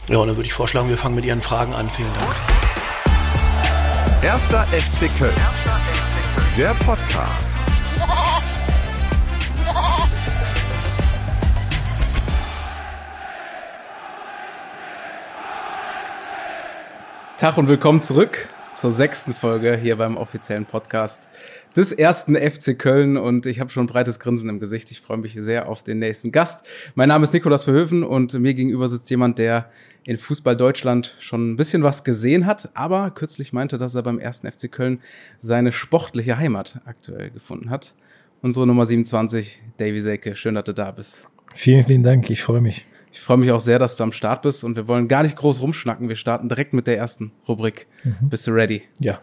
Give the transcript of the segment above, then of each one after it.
Ja, und dann würde ich vorschlagen, wir fangen mit Ihren Fragen an. Vielen Dank. Erster FC Köln. Der Podcast. Tag und willkommen zurück zur 6. Folge hier beim offiziellen Podcast des ersten FC Köln, und ich habe schon ein breites Grinsen im Gesicht. Ich freue mich sehr auf den nächsten Gast. Mein Name ist Nicolas Verhoeven und mir gegenüber sitzt jemand, der in Fußball Deutschland schon ein bisschen was gesehen hat, aber kürzlich meinte, dass er beim ersten FC Köln seine sportliche Heimat aktuell gefunden hat. Unsere Nummer 27, Davy Selke. Schön, dass du da bist. Vielen, vielen Dank. Ich freue mich. Ich freue mich auch sehr, dass du am Start bist, und wir wollen gar nicht groß rumschnacken. Wir starten direkt mit der ersten Rubrik. Bist du ready? Ja.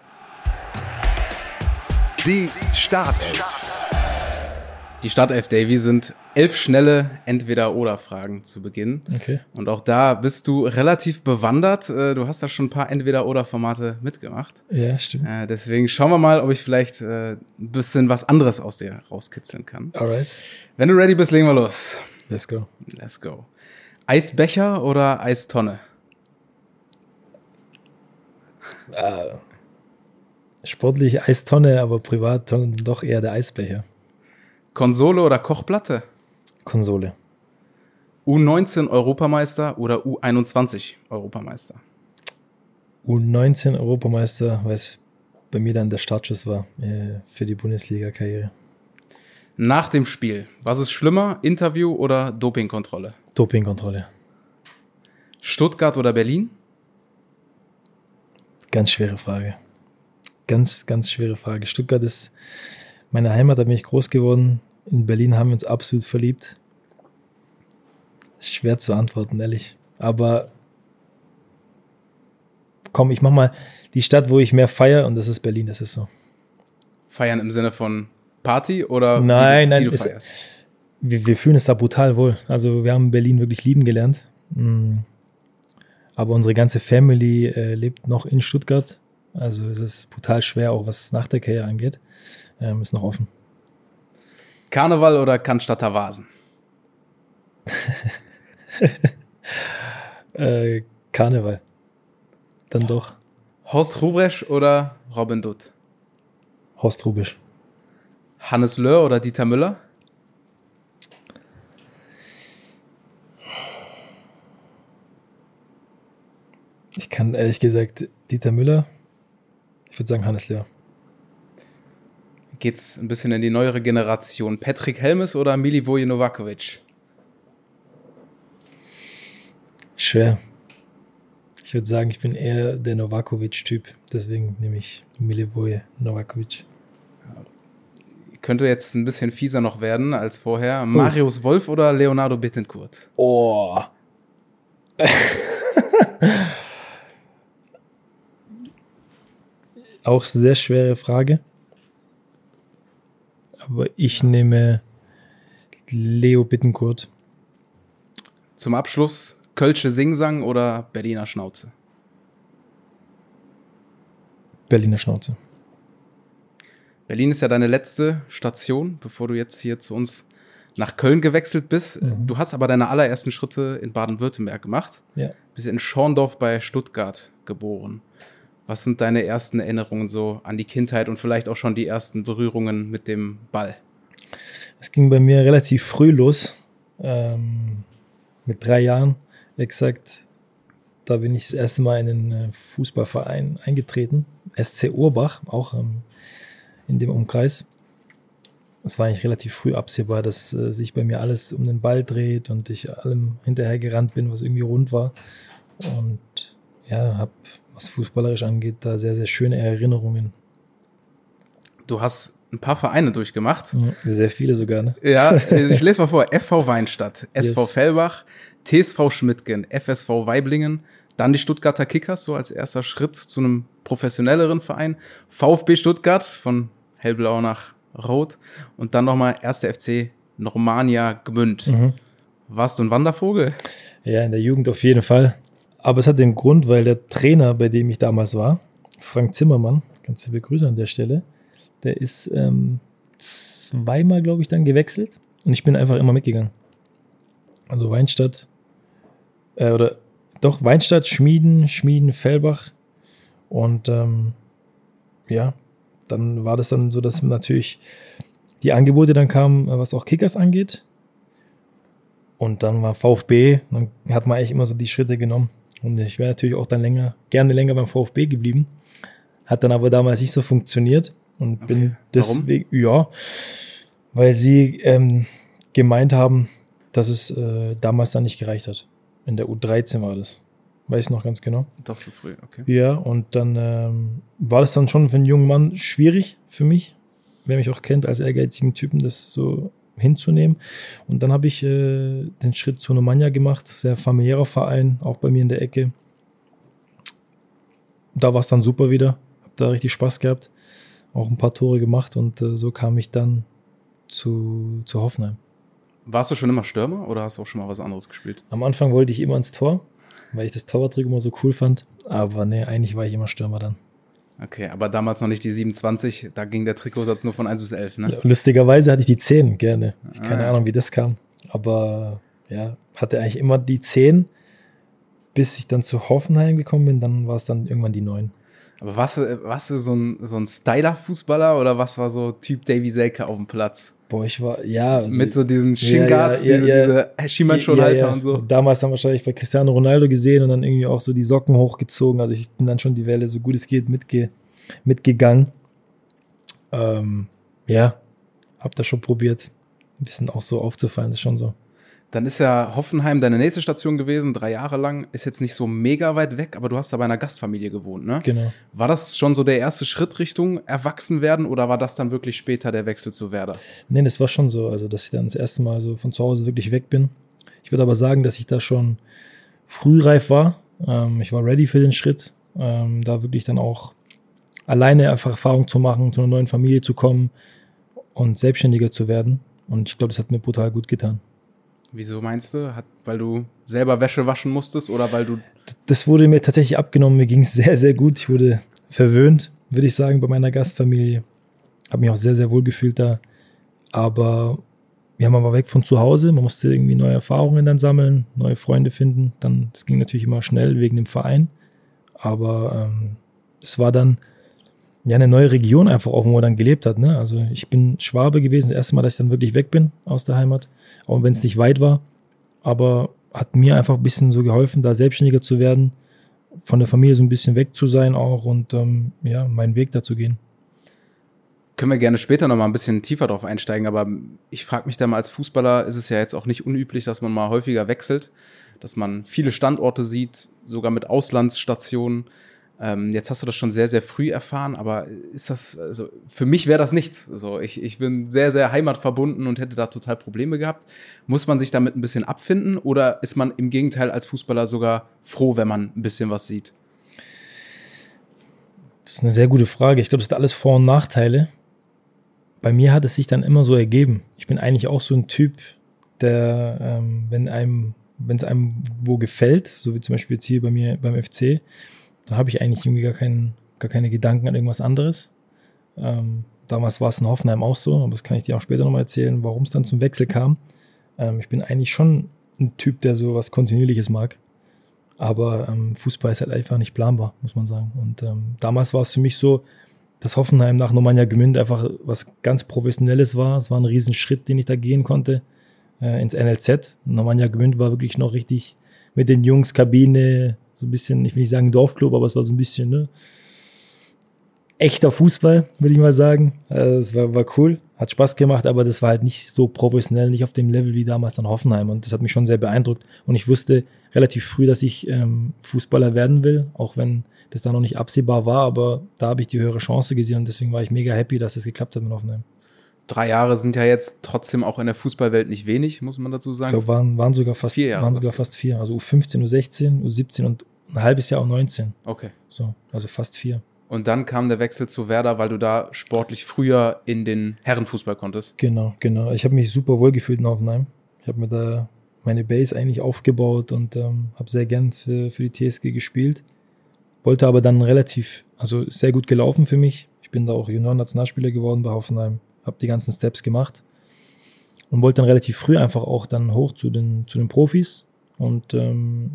Die Startelf. Die Startelf, Davy, sind 11 schnelle Entweder-Oder-Fragen zu Beginn. Okay. Und auch da bist du relativ bewandert. Du hast da schon ein paar Entweder-Oder-Formate mitgemacht. Ja, stimmt. Deswegen schauen wir mal, ob ich vielleicht ein bisschen was anderes aus dir rauskitzeln kann. Alright. Wenn du ready bist, legen wir los. Let's go. Let's go. Eisbecher oder Eistonne? Sportlich Eistonne, aber privat doch eher der Eisbecher. Konsole oder Kochplatte? Konsole. U19 Europameister oder U21 Europameister? U19 Europameister, weil es bei mir dann der Startschuss war für die Bundesliga-Karriere. Nach dem Spiel, was ist schlimmer, Interview oder Dopingkontrolle? Dopingkontrolle. Stuttgart oder Berlin? Ganz schwere Frage. Ganz, ganz schwere Frage. Stuttgart ist meine Heimat, da bin ich groß geworden. In Berlin haben wir uns absolut verliebt. Ist schwer zu antworten, ehrlich. Aber komm, ich mach mal die Stadt, wo ich mehr feiere, und das ist Berlin, das ist so. Feiern im Sinne von Party oder nein, die du feierst? Wir fühlen es da brutal wohl. Also wir haben Berlin wirklich lieben gelernt. Aber unsere ganze Family lebt noch in Stuttgart. Also es ist brutal schwer, auch was nach der Karriere angeht. Ist noch offen. Karneval oder Cannstatter Vasen? Karneval. Dann doch. Horst Rubesch oder Robin Dutt? Horst Rubesch. Hannes Löhr oder Dieter Müller? Ich kann ehrlich gesagt Dieter Müller. Ich würde sagen Hannes Löhr. Geht's ein bisschen in die neuere Generation. Patrick Helmes oder Milivoje Novakovic? Schwer. Ich würde sagen, ich bin eher der Novakovic-Typ. Deswegen nehme ich Milivoje Novakovic. Könnte jetzt ein bisschen fieser noch werden als vorher. Marius Wolf oder Leonardo Bittencourt? Oh. Auch sehr schwere Frage. Aber ich nehme Leo Bittencourt. Zum Abschluss Kölsche Singsang oder Berliner Schnauze? Berliner Schnauze. Berlin ist ja deine letzte Station, bevor du jetzt hier zu uns nach Köln gewechselt bist. Du hast aber deine allerersten Schritte in Baden-Württemberg gemacht. Ja. Bist in Schorndorf bei Stuttgart geboren. Was sind deine ersten Erinnerungen so an die Kindheit und vielleicht auch schon die ersten Berührungen mit dem Ball? Es ging bei mir relativ früh los, mit 3 Jahren exakt. Da bin ich das erste Mal in den Fußballverein eingetreten, SC Urbach, auch in dem Umkreis. Es war eigentlich relativ früh absehbar, dass sich bei mir alles um den Ball dreht und ich allem hinterher gerannt bin, was irgendwie rund war. Und ja, habe, was fußballerisch angeht, da sehr, sehr schöne Erinnerungen. Du hast ein paar Vereine durchgemacht. Sehr viele sogar, ne? Ja, ich lese mal vor. FV Weinstadt, SV Yes. Fellbach, TSV Schmidtgen, FSV Weiblingen, dann die Stuttgarter Kickers, so als erster Schritt zu einem professionelleren Verein, VfB Stuttgart, von hellblau nach rot, und dann nochmal 1. FC Normannia Gmünd. Warst du ein Wandervogel? Ja, in der Jugend auf jeden Fall. Aber es hat den Grund, weil der Trainer, bei dem ich damals war, Frank Zimmermann, ganz liebe Grüße an der Stelle, der ist zweimal, glaube ich, dann gewechselt und ich bin einfach immer mitgegangen. Also Weinstadt, oder Doch, Weinstadt, Schmieden, Fellbach. Und ja, dann war das dann so, dass natürlich die Angebote dann kamen, was auch Kickers angeht. Und dann war VfB, dann hat man eigentlich immer so die Schritte genommen. Und ich wäre natürlich auch dann gerne länger beim VfB geblieben. Hat dann aber damals nicht so funktioniert. Und bin deswegen, weil sie gemeint haben, dass es damals dann nicht gereicht hat. In der U13 war das. Weiß ich noch ganz genau. Doch so früh, okay. Ja, und dann war das dann schon für einen jungen Mann schwierig für mich, wer mich auch kennt als ehrgeizigen Typen, das so hinzunehmen. Und dann habe ich den Schritt zu Nemanja gemacht, sehr familiärer Verein, auch bei mir in der Ecke. Da war es dann super wieder, habe da richtig Spaß gehabt, auch ein paar Tore gemacht und so kam ich dann zu Hoffenheim. Warst du schon immer Stürmer oder hast du auch schon mal was anderes gespielt? Am Anfang wollte ich immer ins Tor, weil ich das Torwarttrikot immer so cool fand, aber nee, eigentlich war ich immer Stürmer dann. Okay, aber damals noch nicht die 27, da ging der Trikotsatz nur von 1 bis 11, ne? Lustigerweise hatte ich die 10 gerne. Keine Ahnung, wie das kam. Aber ja, hatte eigentlich immer die 10, bis ich dann zu Hoffenheim gekommen bin, dann war es dann irgendwann die 9. Aber warst du so ein Styler-Fußballer oder was war so Typ Davy Selke auf dem Platz? Boah, ich war, ja. Also, mit so diesen Shin-Guards, diese Schienbeinschonhalter und so. Damals haben wir wahrscheinlich bei Cristiano Ronaldo gesehen und dann irgendwie auch so die Socken hochgezogen. Also ich bin dann schon die Welle, so gut es geht, mitgegangen. Ja, hab das schon probiert, ein bisschen auch so aufzufallen, das ist schon so. Dann ist ja Hoffenheim deine nächste Station gewesen, 3 Jahre lang. Ist jetzt nicht so mega weit weg, aber du hast da bei einer Gastfamilie gewohnt, ne? Genau. War das schon so der erste Schritt Richtung Erwachsenwerden oder war das dann wirklich später der Wechsel zu Werder? Nee, das war schon so, also dass ich dann das erste Mal so von zu Hause wirklich weg bin. Ich würde aber sagen, dass ich da schon frühreif war. Ich war ready für den Schritt, da wirklich dann auch alleine einfach Erfahrung zu machen, zu einer neuen Familie zu kommen und selbstständiger zu werden. Und ich glaube, das hat mir brutal gut getan. Wieso meinst du? Weil du selber Wäsche waschen musstest oder weil du... Das wurde mir tatsächlich abgenommen. Mir ging es sehr, sehr gut. Ich wurde verwöhnt, würde ich sagen, bei meiner Gastfamilie. Habe mich auch sehr, sehr wohl gefühlt da. Aber ja, man war weg von zu Hause. Man musste irgendwie neue Erfahrungen dann sammeln, neue Freunde finden. Das ging natürlich immer schnell wegen dem Verein. Aber es war dann ja eine neue Region einfach auch, wo man dann gelebt hat. Ne? Also ich bin Schwabe gewesen, das erste Mal, dass ich dann wirklich weg bin aus der Heimat, auch wenn es nicht weit war, aber hat mir einfach ein bisschen so geholfen, da selbstständiger zu werden, von der Familie so ein bisschen weg zu sein auch und ja, meinen Weg da zu gehen. Können wir gerne später noch mal ein bisschen tiefer drauf einsteigen, aber ich frage mich da mal, als Fußballer ist es ja jetzt auch nicht unüblich, dass man mal häufiger wechselt, dass man viele Standorte sieht, sogar mit Auslandsstationen. Jetzt hast du das schon sehr, sehr früh erfahren, aber ist das, also für mich wäre das nichts. Also ich bin sehr, sehr heimatverbunden und hätte da total Probleme gehabt. Muss man sich damit ein bisschen abfinden oder ist man im Gegenteil als Fußballer sogar froh, wenn man ein bisschen was sieht? Das ist eine sehr gute Frage. Ich glaube, das hat alles Vor- und Nachteile. Bei mir hat es sich dann immer so ergeben. Ich bin eigentlich auch so ein Typ, der, wenn es einem wo gefällt, so wie zum Beispiel jetzt hier bei mir beim FC, da habe ich eigentlich irgendwie gar keine Gedanken an irgendwas anderes. Damals war es in Hoffenheim auch so, aber das kann ich dir auch später nochmal erzählen, warum es dann zum Wechsel kam. Ich bin eigentlich schon ein Typ, der so was Kontinuierliches mag. Aber Fußball ist halt einfach nicht planbar, muss man sagen. Und damals war es für mich so, dass Hoffenheim nach Nemanja Gmünd einfach was ganz Professionelles war. Es war ein Riesenschritt, den ich da gehen konnte ins NLZ. Nemanja Gmünd war wirklich noch richtig mit den Jungs, Kabine, so ein bisschen, ich will nicht sagen Dorfclub, aber es war so ein bisschen, ne, echter Fußball, würde ich mal sagen. Es war cool, hat Spaß gemacht, aber das war halt nicht so professionell, nicht auf dem Level wie damals an Hoffenheim. Und das hat mich schon sehr beeindruckt. Und ich wusste relativ früh, dass ich Fußballer werden will, auch wenn das da noch nicht absehbar war, aber da habe ich die höhere Chance gesehen und deswegen war ich mega happy, dass es geklappt hat mit Hoffenheim. 3 Jahre sind ja jetzt trotzdem auch in der Fußballwelt nicht wenig, muss man dazu sagen. Ich glaube, waren sogar fast 4 Jahre. Waren sogar fast 4. Also U15, U16, U17 und ein halbes Jahr U19. Okay. So, also fast 4. Und dann kam der Wechsel zu Werder, weil du da sportlich früher in den Herrenfußball konntest. Genau. Ich habe mich super wohl gefühlt in Hoffenheim. Ich habe mir da meine Base eigentlich aufgebaut und habe sehr gern für die TSG gespielt. Wollte aber dann sehr gut gelaufen für mich. Ich bin da auch Junior-Nationalspieler geworden bei Hoffenheim. Habe die ganzen Steps gemacht und wollte dann relativ früh einfach auch dann hoch zu den Profis und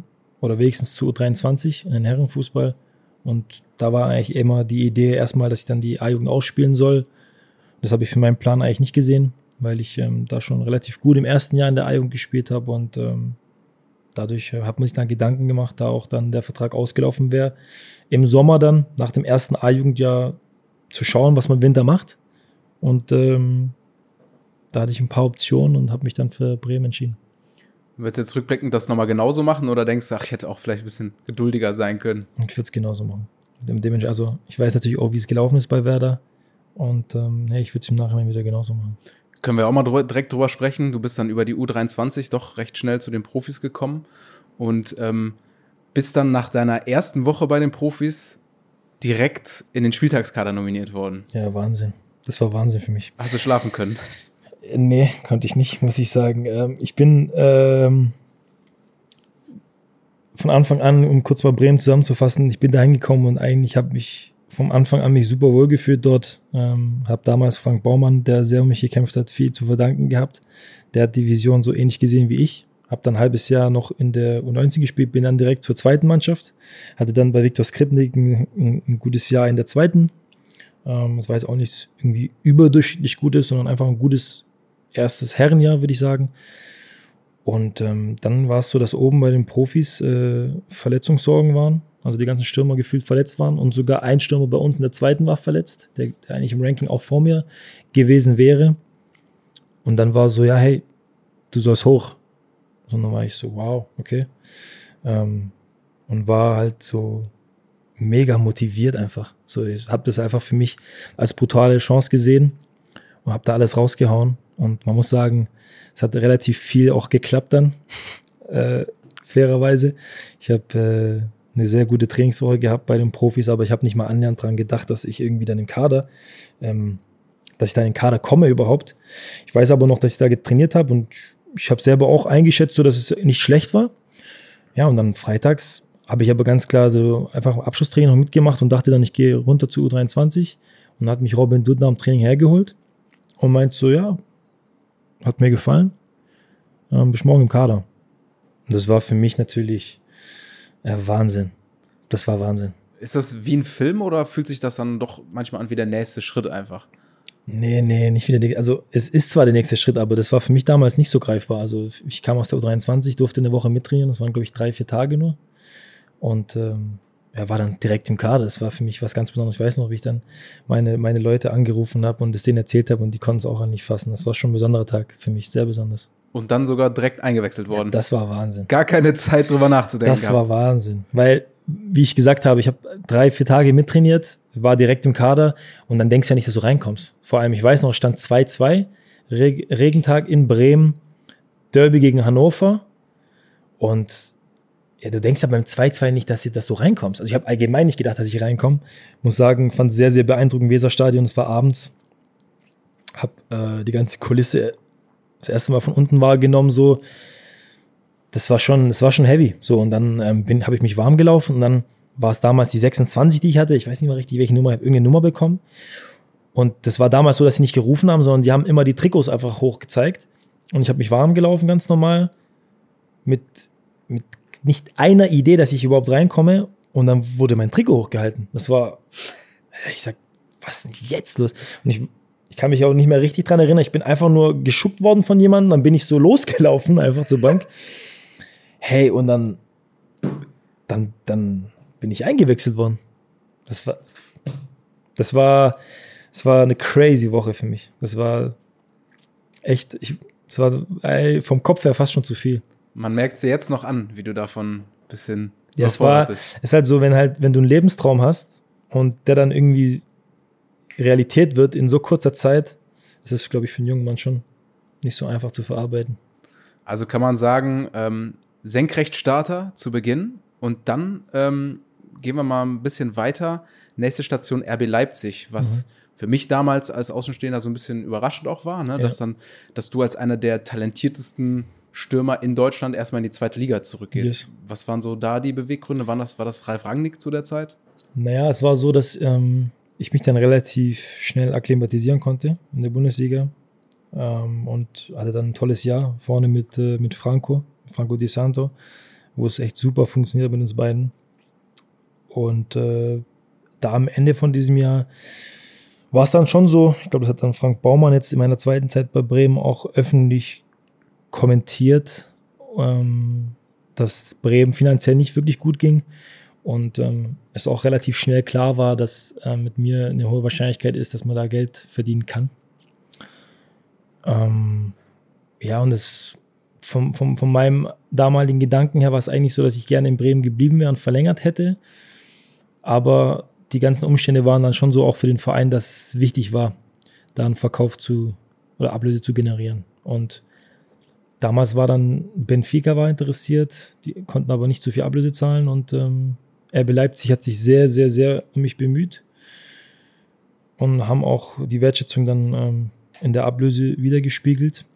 oder wenigstens zu U23 in den Herrenfußball. Und da war eigentlich immer die Idee erstmal, dass ich dann die A-Jugend ausspielen soll. Das habe ich für meinen Plan eigentlich nicht gesehen, weil ich da schon relativ gut im ersten Jahr in der A-Jugend gespielt habe und dadurch hat man sich dann Gedanken gemacht, da auch dann der Vertrag ausgelaufen wäre. Im Sommer dann, nach dem ersten A-Jugendjahr, zu schauen, was man im Winter macht. Und da hatte ich ein paar Optionen und habe mich dann für Bremen entschieden. Würdest du jetzt rückblickend das nochmal genauso machen oder denkst du, ach, ich hätte auch vielleicht ein bisschen geduldiger sein können? Ich würde es genauso machen. Also ich weiß natürlich auch, wie es gelaufen ist bei Werder und ich würde es im Nachhinein wieder genauso machen. Können wir auch mal direkt drüber sprechen. Du bist dann über die U23 doch recht schnell zu den Profis gekommen und bist dann nach deiner ersten Woche bei den Profis direkt in den Spieltagskader nominiert worden. Ja, Wahnsinn. Das war Wahnsinn für mich. Hast du schlafen können? Nee, konnte ich nicht, muss ich sagen. Ich bin von Anfang an, um kurz mal Bremen zusammenzufassen, ich bin da hingekommen und eigentlich habe mich vom Anfang an mich super wohl gefühlt dort. Habe damals Frank Baumann, der sehr um mich gekämpft hat, viel zu verdanken gehabt. Der hat die Vision so ähnlich gesehen wie ich. Habe dann ein halbes Jahr noch in der U19 gespielt, bin dann direkt zur zweiten Mannschaft. Hatte dann bei Viktor Skripnik ein gutes Jahr in der zweiten. Das war jetzt auch nicht irgendwie überdurchschnittlich Gutes, sondern einfach ein gutes erstes Herrenjahr, würde ich sagen. Und dann war es so, dass oben bei den Profis Verletzungssorgen waren. Also die ganzen Stürmer gefühlt verletzt waren. Und sogar ein Stürmer bei uns in der zweiten war verletzt, der eigentlich im Ranking auch vor mir gewesen wäre. Und dann war so, ja, hey, du sollst hoch. Und dann war ich so, wow, okay. Und war halt so mega motiviert einfach. So, ich habe das einfach für mich als brutale Chance gesehen und habe da alles rausgehauen. Und man muss sagen, es hat relativ viel auch geklappt dann, fairerweise. Ich habe eine sehr gute Trainingswoche gehabt bei den Profis, aber ich habe nicht mal annähernd dran gedacht, dass ich irgendwie dann im Kader, dass ich da in den Kader komme überhaupt. Ich weiß aber noch, dass ich da getrainiert habe und ich habe selber auch eingeschätzt, so dass es nicht schlecht war. Ja, und dann freitags habe ich aber ganz klar so einfach Abschlusstraining noch mitgemacht und dachte dann, ich gehe runter zu U23 und dann hat mich Robin Duttner am Training hergeholt und meint so, ja, hat mir gefallen, bis morgen im Kader. Und das war für mich natürlich Wahnsinn. Das war Wahnsinn. Ist das wie ein Film oder fühlt sich das dann doch manchmal an wie der nächste Schritt einfach? Nee, nicht wieder. Also es ist zwar der nächste Schritt, aber das war für mich damals nicht so greifbar. Also ich kam aus der U23, durfte eine Woche mittrainieren, das waren glaube ich 3-4 Tage nur. Und war dann direkt im Kader. Das war für mich was ganz Besonderes. Ich weiß noch, wie ich dann meine Leute angerufen habe und es denen erzählt habe und die konnten es auch nicht fassen. Das war schon ein besonderer Tag für mich, sehr besonders. Und dann sogar direkt eingewechselt worden. Ja, das war Wahnsinn. Gar keine Zeit drüber nachzudenken. Das war Wahnsinn, weil, wie ich gesagt habe, ich habe 3-4 Tage mittrainiert, war direkt im Kader und dann denkst du ja nicht, dass du reinkommst. Vor allem, ich weiß noch, es stand 2-2, Regentag in Bremen, Derby gegen Hannover und ja, du denkst ja beim 2-2 nicht, dass du reinkommst. Also ich habe allgemein nicht gedacht, dass ich reinkomme. Muss sagen, fand es sehr, sehr beeindruckend, Weserstadion, es war abends, habe die ganze Kulisse das erste Mal von unten wahrgenommen, so, das war schon heavy, so, und dann habe ich mich warm gelaufen und dann war es damals die 26, die ich hatte, ich weiß nicht mal richtig, welche Nummer, ich habe irgendeine Nummer bekommen und das war damals so, dass sie nicht gerufen haben, sondern die haben immer die Trikots einfach hochgezeigt und ich habe mich warm gelaufen, ganz normal, mit nicht einer Idee, dass ich überhaupt reinkomme und dann wurde mein Trikot hochgehalten, das war, ich sag, was ist denn jetzt los? Und ich kann mich auch nicht mehr richtig dran erinnern. Ich bin einfach nur geschubbt worden von jemandem. Dann bin ich so losgelaufen, einfach zur Bank. Hey, und dann bin ich eingewechselt worden. Das war eine crazy Woche für mich. Das war echt, es war vom Kopf her fast schon zu viel. Man merkt es dir jetzt noch an, wie du davon ein bisschen überfordert bist. Es ist halt so, wenn du einen Lebenstraum hast und der dann irgendwie Realität wird in so kurzer Zeit, das ist, glaube ich, für einen jungen Mann schon nicht so einfach zu verarbeiten. Also kann man sagen, Senkrechtstarter zu Beginn und dann gehen wir mal ein bisschen weiter. Nächste Station RB Leipzig, was für mich damals als Außenstehender so ein bisschen überraschend auch war, ne? Ja. Dass du als einer der talentiertesten Stürmer in Deutschland erstmal in die zweite Liga zurückgehst. Yes. war Was waren so da die Beweggründe? War das Ralf Rangnick zu der Zeit? Naja, es war so, dass ich mich dann relativ schnell akklimatisieren konnte in der Bundesliga und hatte dann ein tolles Jahr vorne mit Franco Di Santo. wo es echt super funktioniert mit uns beiden. Und da am Ende von diesem Jahr war es dann schon so, ich glaube, das hat dann Frank Baumann jetzt in meiner zweiten Zeit bei Bremen auch öffentlich kommentiert, dass Bremen finanziell nicht wirklich gut ging und es auch relativ schnell klar war, dass mit mir eine hohe Wahrscheinlichkeit ist, dass man da Geld verdienen kann. Ja, und das von meinem damaligen Gedanken her war es eigentlich so, dass ich gerne in Bremen geblieben wäre und verlängert hätte, aber die ganzen Umstände waren dann schon so auch für den Verein, dass es wichtig war, da einen Verkauf oder Ablöse zu generieren. Und damals war dann Benfica war interessiert, die konnten aber nicht so viel Ablöse zahlen und RB Leipzig hat sich sehr, sehr, sehr um mich bemüht und haben auch die Wertschätzung dann in der Ablöse wiedergespiegelt.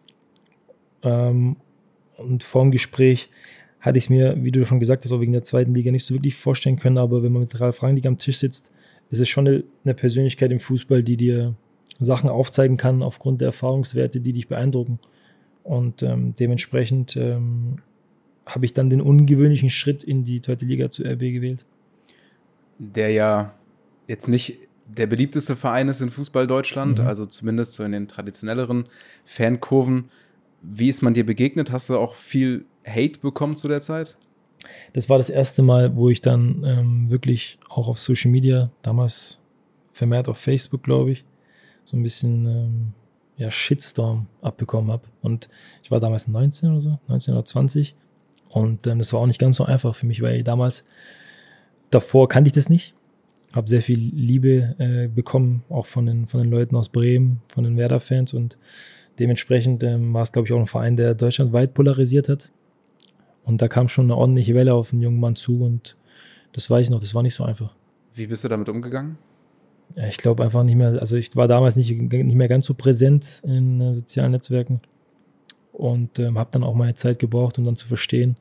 Und vor dem Gespräch hatte ich es mir, wie du schon gesagt hast, auch wegen der zweiten Liga nicht so wirklich vorstellen können, aber wenn man mit Ralf Rangnick am Tisch sitzt, ist es schon eine Persönlichkeit im Fußball, die dir Sachen aufzeigen kann aufgrund der Erfahrungswerte, die dich beeindrucken. Und dementsprechend habe ich dann den ungewöhnlichen Schritt in die zweite Liga zu RB gewählt. Der ja jetzt nicht der beliebteste Verein ist in Fußball Deutschland, also zumindest so in den traditionelleren Fankurven. Wie ist man dir begegnet? Hast du auch viel Hate bekommen zu der Zeit? Das war das erste Mal, wo ich dann wirklich auch auf Social Media, damals vermehrt auf Facebook, glaube ich, so ein bisschen Shitstorm abbekommen habe. Und ich war damals 19 oder 20. Und das war auch nicht ganz so einfach für mich, weil davor kannte ich das nicht. Habe sehr viel Liebe bekommen, auch von den Leuten aus Bremen, von den Werder-Fans. Und dementsprechend war es, glaube ich, auch ein Verein, der deutschlandweit polarisiert hat. Und da kam schon eine ordentliche Welle auf den jungen Mann zu. Und das weiß ich noch, das war nicht so einfach. Wie bist du damit umgegangen? Ja, ich glaube einfach nicht mehr, also ich war damals nicht mehr ganz so präsent in sozialen Netzwerken und habe dann auch meine Zeit gebraucht, um dann zu verstehen,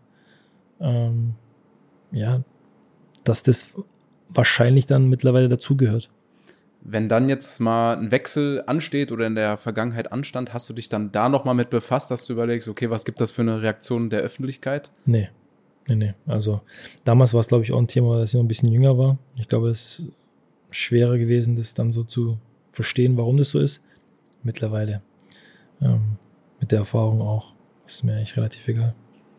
dass das wahrscheinlich dann mittlerweile dazugehört. Wenn dann jetzt mal ein Wechsel ansteht oder in der Vergangenheit anstand, hast du dich dann da nochmal mit befasst, dass du überlegst, okay, was gibt das für eine Reaktion der Öffentlichkeit? Nee. Also damals war es, glaube ich, auch ein Thema, dass ich noch ein bisschen jünger war. Ich glaube, es ist schwerer gewesen, das dann so zu verstehen, warum das so ist. Mittlerweile mit der Erfahrung auch, ist mir eigentlich relativ egal.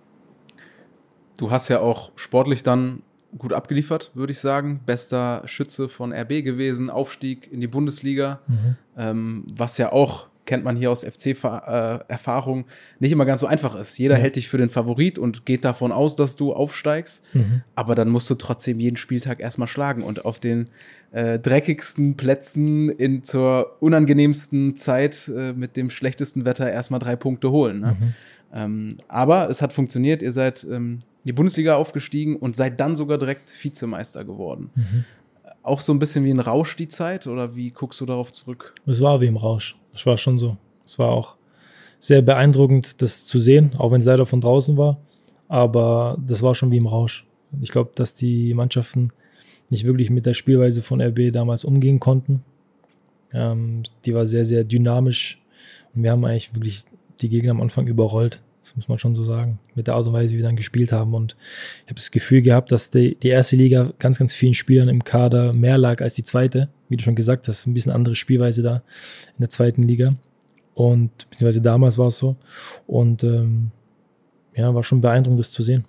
Du hast ja auch sportlich dann gut abgeliefert, würde ich sagen. Bester Schütze von RB gewesen, Aufstieg in die Bundesliga, was ja auch, kennt man hier aus FC-Erfahrung, nicht immer ganz so einfach ist. Jeder hält dich für den Favorit und geht davon aus, dass du aufsteigst, aber dann musst du trotzdem jeden Spieltag erstmal schlagen und auf den dreckigsten Plätzen zur unangenehmsten Zeit mit dem schlechtesten Wetter erstmal 3 Punkte holen. Ne? Aber es hat funktioniert, ihr seid in die Bundesliga aufgestiegen und seid dann sogar direkt Vizemeister geworden. Auch so ein bisschen wie ein Rausch die Zeit oder wie guckst du darauf zurück? Es war wie im Rausch, es war schon so. Es war auch sehr beeindruckend, das zu sehen, auch wenn es leider von draußen war, aber das war schon wie im Rausch. Ich glaube, dass die Mannschaften nicht wirklich mit der Spielweise von RB damals umgehen konnten. Die war sehr, sehr dynamisch und wir haben eigentlich wirklich die Gegner am Anfang überrollt. Das muss man schon so sagen, mit der Art und Weise, wie wir dann gespielt haben. Und ich habe das Gefühl gehabt, dass die erste Liga ganz, ganz vielen Spielern im Kader mehr lag als die zweite. Wie du schon gesagt hast, ein bisschen andere Spielweise da in der zweiten Liga. Und beziehungsweise damals war es so. Und war schon beeindruckend, das zu sehen.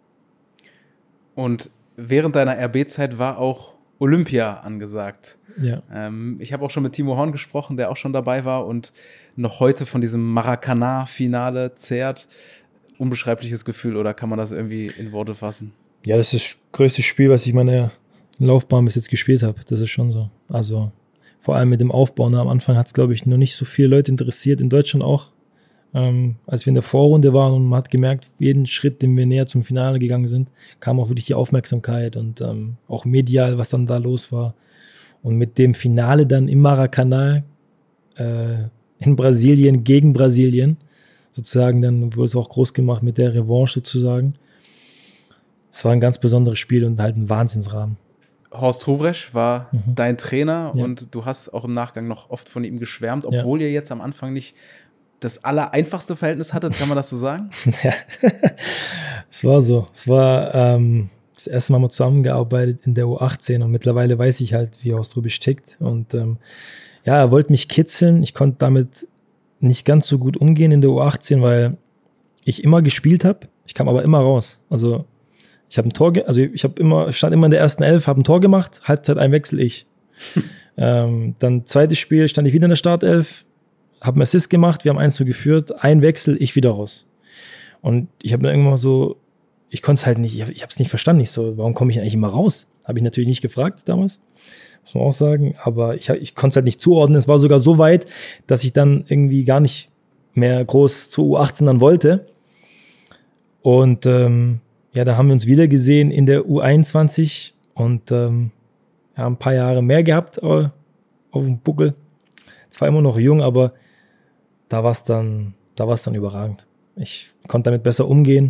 Und während deiner RB-Zeit war auch Olympia angesagt. Ja. Ich habe auch schon mit Timo Horn gesprochen, der auch schon dabei war und noch heute von diesem Maracanã-Finale zehrt. Unbeschreibliches Gefühl, oder kann man das irgendwie in Worte fassen? Ja, das ist das größte Spiel, was ich meine Laufbahn bis jetzt gespielt habe. Das ist schon so. Also vor allem mit dem Aufbau. Ne? Am Anfang hat es, glaube ich, noch nicht so viele Leute interessiert, in Deutschland auch. Als wir in der Vorrunde waren und man hat gemerkt, jeden Schritt, den wir näher zum Finale gegangen sind, kam auch wirklich die Aufmerksamkeit und auch medial, was dann da los war. Und mit dem Finale dann im Maracanã in Brasilien gegen Brasilien, sozusagen, dann wurde es auch groß gemacht mit der Revanche sozusagen. Es war ein ganz besonderes Spiel und halt ein Wahnsinnsrahmen. Horst Hrubesch war dein Trainer und du hast auch im Nachgang noch oft von ihm geschwärmt, obwohl ihr jetzt am Anfang nicht das allereinfachste Verhältnis hattet, kann man das so sagen? Ja, es war so. Es war das erste Mal zusammengearbeitet in der U18 und mittlerweile weiß ich halt, wie Horst Hrubesch tickt. Und er wollte mich kitzeln. Ich konnte damit nicht ganz so gut umgehen in der U18, weil ich immer gespielt habe. Ich kam aber immer raus. Also ich habe stand immer in der ersten Elf, habe ein Tor gemacht, Halbzeit Einwechsel ich. Dann zweites Spiel stand ich wieder in der Startelf, habe einen Assist gemacht, wir haben 1-0 geführt, ein Wechsel, ich wieder raus. Und ich habe dann irgendwann so, ich konnte es halt nicht, ich habe es nicht verstanden. Ich so, warum komme ich eigentlich immer raus? Habe ich natürlich nicht gefragt damals, muss man auch sagen. Aber ich konnte es halt nicht zuordnen. Es war sogar so weit, dass ich dann irgendwie gar nicht mehr groß zur U18 dann wollte. Und da haben wir uns wieder gesehen in der U21 und haben ein paar Jahre mehr gehabt auf dem Buckel. Zwar immer noch jung, aber da war es dann überragend. Ich konnte damit besser umgehen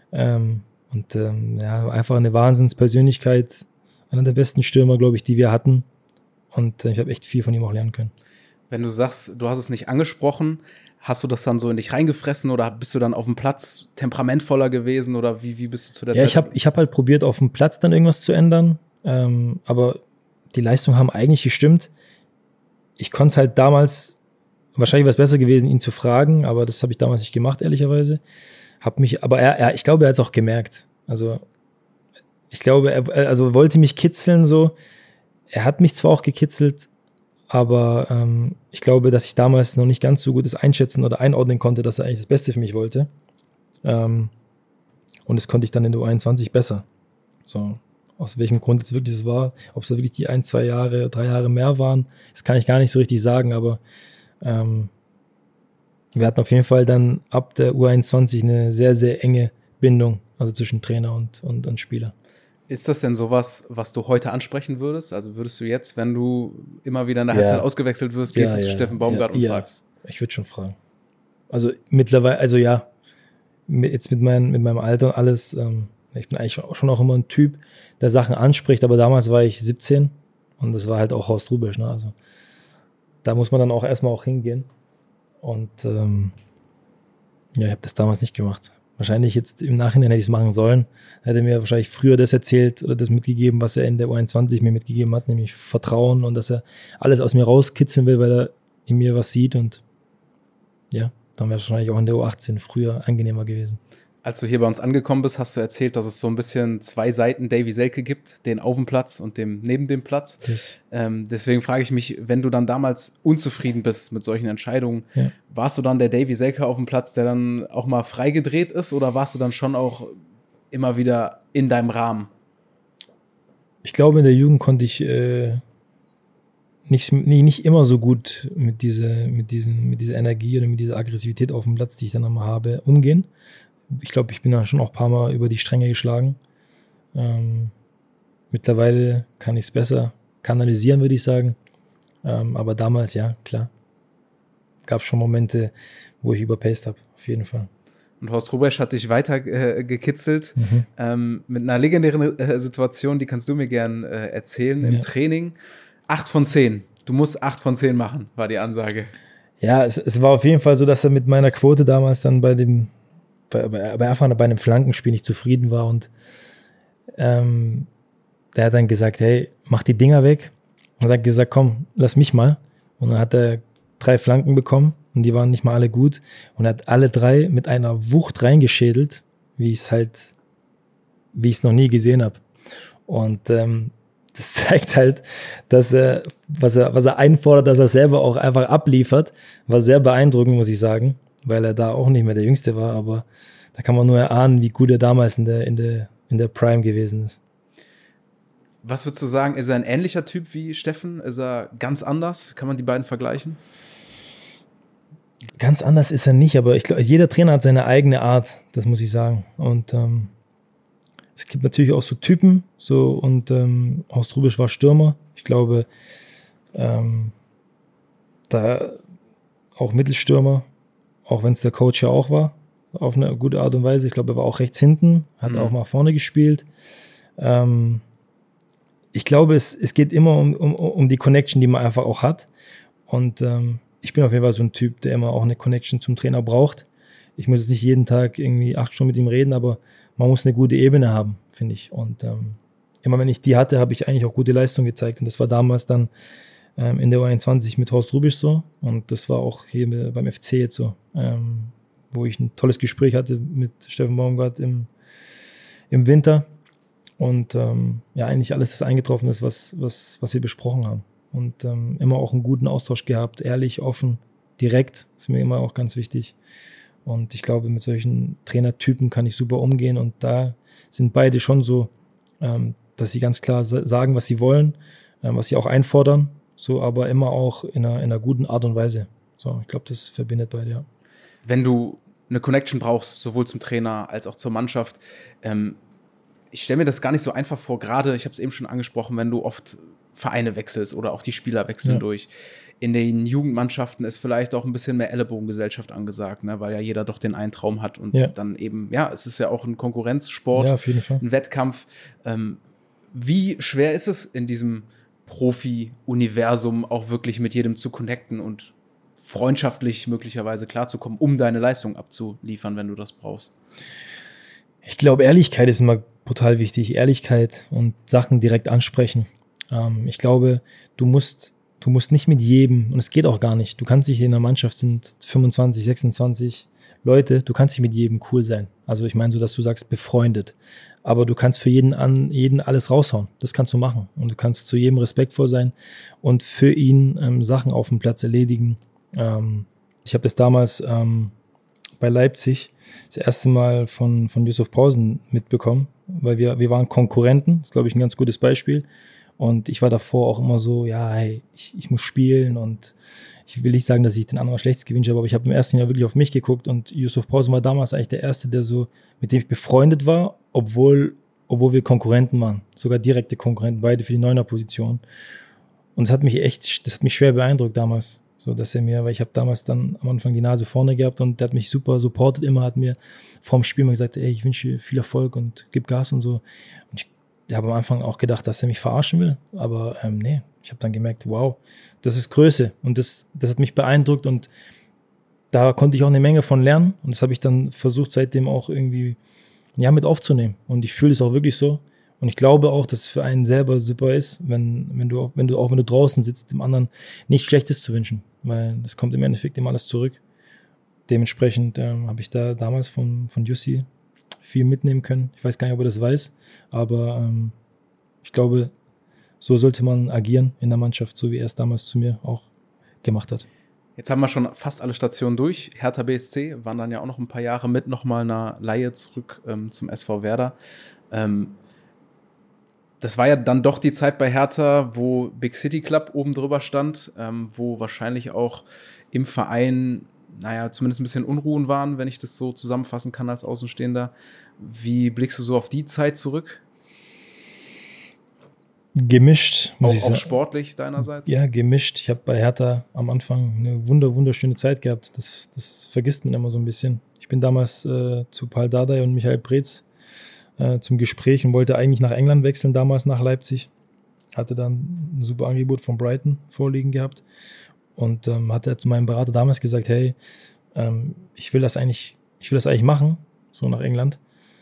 einfach eine Wahnsinnspersönlichkeit, einer der besten Stürmer, glaube ich, die wir hatten, und ich habe echt viel von ihm auch lernen können. Wenn du sagst, du hast es nicht angesprochen, hast du das dann so in dich reingefressen oder bist du dann auf dem Platz temperamentvoller gewesen oder wie bist du zu der Zeit? Ja, ich hab halt probiert, auf dem Platz dann irgendwas zu ändern, aber die Leistungen haben eigentlich gestimmt. Ich konnte es halt damals, wahrscheinlich wäre es besser gewesen, ihn zu fragen, aber das habe ich damals nicht gemacht, ehrlicherweise. Ich glaube, er hat es auch gemerkt. Also ich glaube, er wollte mich kitzeln so. Er hat mich zwar auch gekitzelt, aber ich glaube, dass ich damals noch nicht ganz so gut das einschätzen oder einordnen konnte, dass er eigentlich das Beste für mich wollte. Und das konnte ich dann in der U21 besser. So, aus welchem Grund jetzt wirklich das war, ob es da wirklich die 1, 2 Jahre, 3 Jahre mehr waren, das kann ich gar nicht so richtig sagen, aber wir hatten auf jeden Fall dann ab der U21 eine sehr, sehr enge Bindung, also zwischen Trainer und Spieler. Ist das denn sowas, was du heute ansprechen würdest? Also würdest du jetzt, wenn du immer wieder in der Halbzeit ausgewechselt wirst, gehst du zu Steffen Baumgart und fragst? Ich würde schon fragen. Also mittlerweile, jetzt mit meinem Alter und alles, ich bin eigentlich schon auch immer ein Typ, der Sachen anspricht, aber damals war ich 17 und das war halt auch Horst Hrubesch, ne? Also da muss man dann auch erstmal auch hingehen. Und ich habe das damals nicht gemacht. Wahrscheinlich jetzt im Nachhinein hätte ich es machen sollen. Er hätte mir wahrscheinlich früher das erzählt oder das mitgegeben, was er in der U21 mir mitgegeben hat, nämlich Vertrauen und dass er alles aus mir rauskitzeln will, weil er in mir was sieht. Und ja, dann wäre es wahrscheinlich auch in der U18 früher angenehmer gewesen. Als du hier bei uns angekommen bist, hast du erzählt, dass es so ein bisschen 2 Seiten Davy Selke gibt, den auf dem Platz und dem neben dem Platz. Deswegen frage ich mich, wenn du dann damals unzufrieden bist mit solchen Entscheidungen, warst du dann der Davy Selke auf dem Platz, der dann auch mal freigedreht ist, oder warst du dann schon auch immer wieder in deinem Rahmen? Ich glaube, in der Jugend konnte ich nicht immer so gut mit dieser Energie oder mit dieser Aggressivität auf dem Platz, die ich dann einmal habe, umgehen. Ich glaube, ich bin da schon auch ein paar Mal über die Stränge geschlagen. Mittlerweile kann ich es besser kanalisieren, würde ich sagen. Aber damals, ja, klar, gab es schon Momente, wo ich überpaced habe, auf jeden Fall. Und Horst Hrubesch hat dich weiter gekitzelt mit einer legendären Situation, die kannst du mir gern erzählen, im Training. 8 von 10. Du musst 8 von 10 machen, war die Ansage. Ja, es war auf jeden Fall so, dass er mit meiner Quote damals dann bei einem Flankenspiel nicht zufrieden war und der hat dann gesagt, hey, mach die Dinger weg. Und er hat gesagt, komm, lass mich mal. Und dann hat er 3 Flanken bekommen und die waren nicht mal alle gut und er hat alle 3 mit einer Wucht reingeschädelt, wie ich es noch nie gesehen habe. Und das zeigt halt, dass was er einfordert, dass er selber auch einfach abliefert, war sehr beeindruckend, muss ich sagen, weil er da auch nicht mehr der Jüngste war, aber da kann man nur erahnen, wie gut er damals in der Prime gewesen ist. Was würdest du sagen, ist er ein ähnlicher Typ wie Steffen? Ist er ganz anders? Kann man die beiden vergleichen? Ganz anders ist er nicht, aber ich glaube, jeder Trainer hat seine eigene Art, das muss ich sagen. Und es gibt natürlich auch so Typen, und Horst Hrubesch war Stürmer. Ich glaube, da auch Mittelstürmer, auch wenn es der Coach ja auch war, auf eine gute Art und Weise. Ich glaube, er war auch rechts hinten, hat auch mal vorne gespielt. Ich glaube, es geht immer um die Connection, die man einfach auch hat. Und ich bin auf jeden Fall so ein Typ, der immer auch eine Connection zum Trainer braucht. Ich muss jetzt nicht jeden Tag irgendwie 8 Stunden mit ihm reden, aber man muss eine gute Ebene haben, finde ich. Und immer wenn ich die hatte, habe ich eigentlich auch gute Leistung gezeigt. Und das war damals dann in der U21 mit Horst Rubisch so. Und das war auch hier beim FC jetzt so, wo ich ein tolles Gespräch hatte mit Steffen Baumgart im Winter. Und eigentlich alles das eingetroffen ist, was wir besprochen haben. Und immer auch einen guten Austausch gehabt, ehrlich, offen, direkt, ist mir immer auch ganz wichtig. Und ich glaube, mit solchen Trainertypen kann ich super umgehen. Und da sind beide schon so, dass sie ganz klar sagen, was sie wollen, was sie auch einfordern, so, aber immer auch in einer guten Art und Weise. So, ich glaube, das verbindet beide, ja. Wenn du eine Connection brauchst, sowohl zum Trainer als auch zur Mannschaft, ich stelle mir das gar nicht so einfach vor, gerade, ich habe es eben schon angesprochen, wenn du oft Vereine wechselst oder auch die Spieler wechseln durch. In den Jugendmannschaften ist vielleicht auch ein bisschen mehr Ellenbogengesellschaft angesagt, ne? Weil ja jeder doch den einen Traum hat und dann eben, es ist ja auch ein Konkurrenzsport, auf jeden Fall. Ein Wettkampf. Wie schwer ist es in diesem Profi-Universum auch wirklich mit jedem zu connecten und freundschaftlich möglicherweise klarzukommen, um deine Leistung abzuliefern, wenn du das brauchst? Ich glaube, Ehrlichkeit ist immer brutal wichtig. Ehrlichkeit und Sachen direkt ansprechen. Ich glaube, du musst nicht mit jedem, und es geht auch gar nicht, du kannst nicht in der Mannschaft sind 25, 26 Leute, du kannst nicht mit jedem cool sein. Also ich meine so, dass du sagst, befreundet. Aber du kannst für jeden alles raushauen. Das kannst du machen. Und du kannst zu jedem respektvoll sein und für ihn Sachen auf dem Platz erledigen. Ich habe das damals bei Leipzig das erste Mal von Yussuf Pausen mitbekommen, weil wir waren Konkurrenten. Das ist, glaube ich, ein ganz gutes Beispiel. Und ich war davor auch immer so, ich muss spielen und ich will nicht sagen, dass ich den anderen Schlechtes gewünscht habe, aber ich habe im ersten Jahr wirklich auf mich geguckt und Yussuf Pausen war damals eigentlich der Erste, mit dem ich befreundet war, obwohl wir Konkurrenten waren, sogar direkte Konkurrenten, beide für die Neuner-Position. Und das hat mich schwer beeindruckt damals, so dass weil ich habe damals dann am Anfang die Nase vorne gehabt und der hat mich super supportet immer, hat mir vorm Spiel mal gesagt, ich wünsche dir viel Erfolg und gib Gas und so. Und ich habe am Anfang auch gedacht, dass er mich verarschen will, aber nee, ich habe dann gemerkt, wow, das ist Größe und das hat mich beeindruckt und da konnte ich auch eine Menge von lernen und das habe ich dann versucht seitdem auch irgendwie mit aufzunehmen und ich fühle es auch wirklich so und ich glaube auch, dass es für einen selber super ist, wenn du draußen sitzt, dem anderen nichts Schlechtes zu wünschen, weil das kommt im Endeffekt immer alles zurück. Dementsprechend habe ich da damals von Jussi viel mitnehmen können. Ich weiß gar nicht, ob er das weiß, aber ich glaube, so sollte man agieren in der Mannschaft, so wie er es damals zu mir auch gemacht hat. Jetzt haben wir schon fast alle Stationen durch. Hertha BSC waren dann ja auch noch ein paar Jahre mit nochmal einer Leihe zurück zum SV Werder. Das war ja dann doch die Zeit bei Hertha, wo Big City Club oben drüber stand, wo wahrscheinlich auch im Verein zumindest ein bisschen Unruhen waren, wenn ich das so zusammenfassen kann als Außenstehender. Wie blickst du so auf die Zeit zurück? Gemischt, muss ich sagen. Auch sportlich deinerseits? Ja, gemischt. Ich habe bei Hertha am Anfang eine wunderschöne Zeit gehabt. Das vergisst man immer so ein bisschen. Ich bin damals zu Paul Dardai und Michael Preetz zum Gespräch und wollte eigentlich nach England wechseln, damals nach Leipzig. Hatte dann ein super Angebot von Brighton vorliegen gehabt. Und hat zu meinem Berater damals gesagt, hey, ich will das eigentlich machen, so nach England.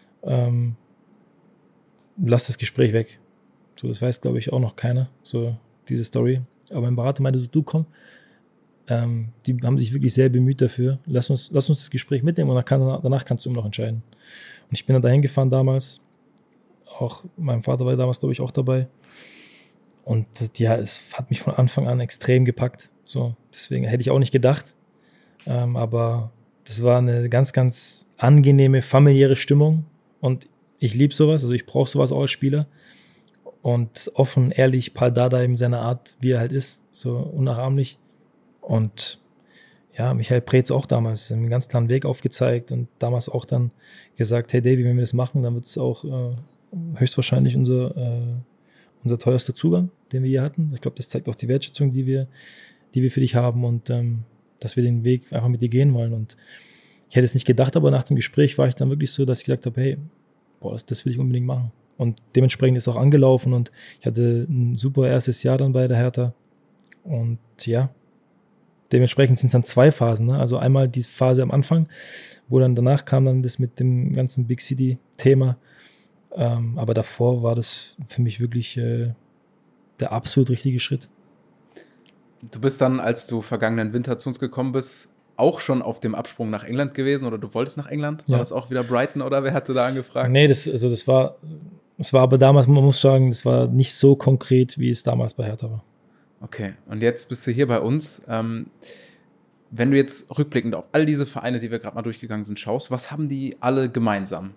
Lass das Gespräch weg. So, das weiß, glaube ich, auch noch keiner, so diese Story. Aber mein Berater meinte, du komm, die haben sich wirklich sehr bemüht dafür. Lass uns das Gespräch mitnehmen und danach kannst du immer noch entscheiden. Und ich bin dann dahin gefahren damals. Auch mein Vater war damals, glaube ich, auch dabei. Und es hat mich von Anfang an extrem gepackt. So, deswegen hätte ich auch nicht gedacht. Aber das war eine ganz, ganz angenehme, familiäre Stimmung. Und ich liebe sowas, also ich brauche sowas auch als Spieler. Und offen, ehrlich, Paul Dardai in seiner Art, wie er halt ist, so unnachahmlich. Und Michael Preetz auch damals einen ganz klaren Weg aufgezeigt und damals auch dann gesagt, hey Davy, wenn wir das machen, dann wird es auch höchstwahrscheinlich unser teuerster Zugang, den wir hier hatten. Ich glaube, das zeigt auch die Wertschätzung, die wir für dich haben und dass wir den Weg einfach mit dir gehen wollen. Und ich hätte es nicht gedacht, aber nach dem Gespräch war ich dann wirklich so, dass ich gesagt habe, hey, das will ich unbedingt machen. Und dementsprechend ist es auch angelaufen und ich hatte ein super erstes Jahr dann bei der Hertha. Und dementsprechend sind es dann 2 Phasen. Ne? Also einmal die Phase am Anfang, wo dann danach kam dann das mit dem ganzen Big City-Thema. Aber davor war das für mich wirklich der absolut richtige Schritt. Du bist dann, als du vergangenen Winter zu uns gekommen bist, auch schon auf dem Absprung nach England gewesen oder du wolltest nach England? War das auch wieder Brighton oder wer hatte da angefragt? Nee, das war aber damals, man muss sagen, das war nicht so konkret, wie es damals bei Hertha war. Okay, und jetzt bist du hier bei uns. Wenn du jetzt rückblickend auf all diese Vereine, die wir gerade mal durchgegangen sind, schaust, was haben die alle gemeinsam?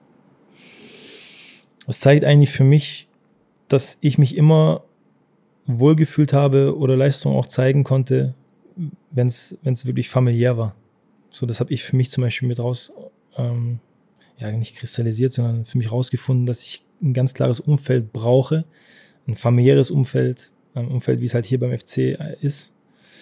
Es zeigt eigentlich für mich, dass ich mich immer wohlgefühlt habe oder Leistung auch zeigen konnte, wenn es wirklich familiär war. So, das habe ich für mich zum Beispiel mit raus, nicht kristallisiert, sondern für mich rausgefunden, dass ich ein ganz klares Umfeld brauche, ein familiäres Umfeld, ein Umfeld, wie es halt hier beim FC ist,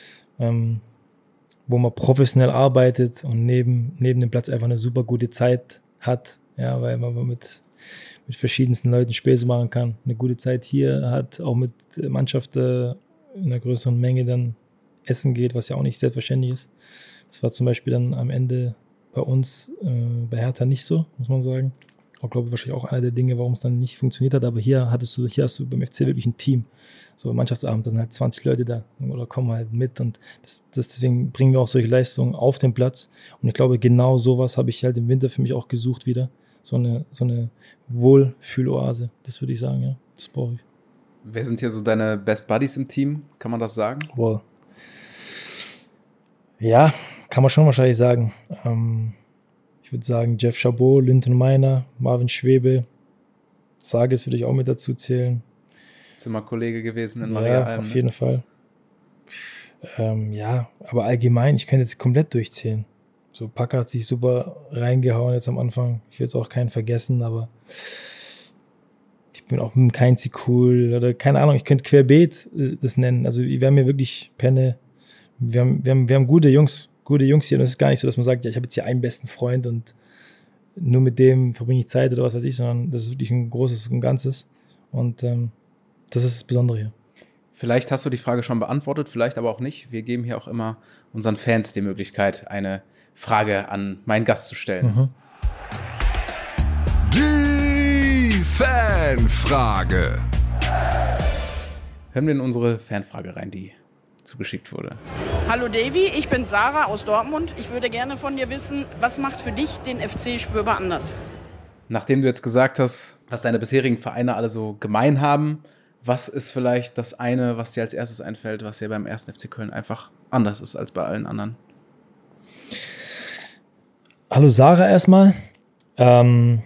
wo man professionell arbeitet und neben dem Platz einfach eine super gute Zeit hat, ja, weil man mit verschiedensten Leuten Späße machen kann, eine gute Zeit hier hat, auch mit Mannschaft in einer größeren Menge dann essen geht, was ja auch nicht selbstverständlich ist. Das war zum Beispiel dann am Ende bei uns, bei Hertha nicht so, muss man sagen. Ich glaube, wahrscheinlich auch einer der Dinge, warum es dann nicht funktioniert hat, aber hier hast du beim FC wirklich ein Team. So Mannschaftsabend, da sind halt 20 Leute da oder kommen halt mit und deswegen bringen wir auch solche Leistungen auf den Platz. Und ich glaube, genau sowas habe ich halt im Winter für mich auch gesucht wieder. So eine Wohlfühloase, das würde ich sagen, ja. Das brauche ich. Wer sind hier so deine Best Buddies im Team? Kann man das sagen? Boah. Ja, kann man schon wahrscheinlich sagen. Ich würde sagen, Jeff Chabot, Linton Meiner, Marvin Schwebe, Sages würde ich auch mit dazu zählen. Zimmerkollege gewesen in Maria Alm. Ja, auf jeden Fall. Aber allgemein, ich könnte jetzt komplett durchzählen. So, Packer hat sich super reingehauen jetzt am Anfang. Ich will jetzt auch keinen vergessen, aber ich bin auch mit dem Keinzi cool oder keine Ahnung, ich könnte querbeet das nennen. Also wir haben hier wirklich Penne. Wir haben gute Jungs hier und es ist gar nicht so, dass man sagt, ja, ich habe jetzt hier einen besten Freund und nur mit dem verbringe ich Zeit oder was weiß ich, sondern das ist wirklich ein großes und Ganzes und das ist das Besondere hier. Vielleicht hast du die Frage schon beantwortet, vielleicht aber auch nicht. Wir geben hier auch immer unseren Fans die Möglichkeit, eine Frage an meinen Gast zu stellen. Mhm. Die Fanfrage. Hören wir in unsere Fanfrage rein, die zugeschickt wurde. Hallo Davy, ich bin Sarah aus Dortmund. Ich würde gerne von dir wissen, was macht für dich den FC spürbar anders? Nachdem du jetzt gesagt hast, was deine bisherigen Vereine alle so gemein haben, was ist vielleicht das eine, was dir als erstes einfällt, was hier beim 1. FC Köln einfach anders ist als bei allen anderen? Hallo Sarah erstmal. Das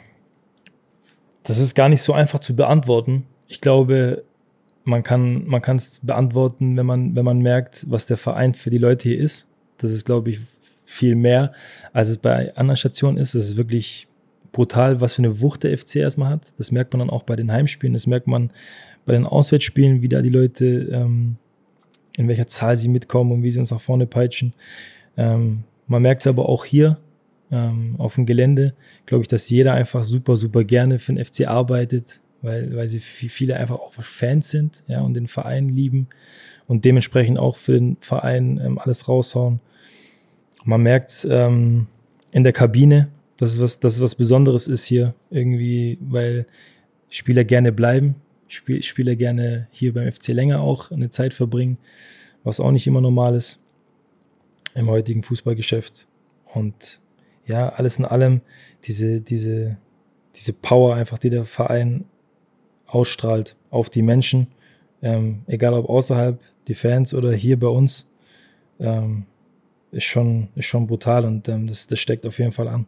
ist gar nicht so einfach zu beantworten. Ich glaube, man kann es beantworten, wenn man merkt, was der Verein für die Leute hier ist. Das ist, glaube ich, viel mehr, als es bei anderen Stationen ist. Das ist wirklich brutal, was für eine Wucht der FC erstmal hat. Das merkt man dann auch bei den Heimspielen. Das merkt man bei den Auswärtsspielen, wie da die Leute, in welcher Zahl sie mitkommen und wie sie uns nach vorne peitschen. Man merkt es aber auch hier, auf dem Gelände, glaube ich, dass jeder einfach super, super gerne für den FC arbeitet, weil sie viele einfach auch Fans sind, ja, und den Verein lieben und dementsprechend auch für den Verein alles raushauen. Man merkt es in der Kabine, dass es was Besonderes ist hier irgendwie, weil Spieler gerne bleiben, Spieler gerne hier beim FC länger auch eine Zeit verbringen, was auch nicht immer normal ist im heutigen Fußballgeschäft. Und ja, alles in allem diese Power einfach, die der Verein ausstrahlt auf die Menschen, egal ob außerhalb, die Fans oder hier bei uns, ist schon brutal und das steckt auf jeden Fall an.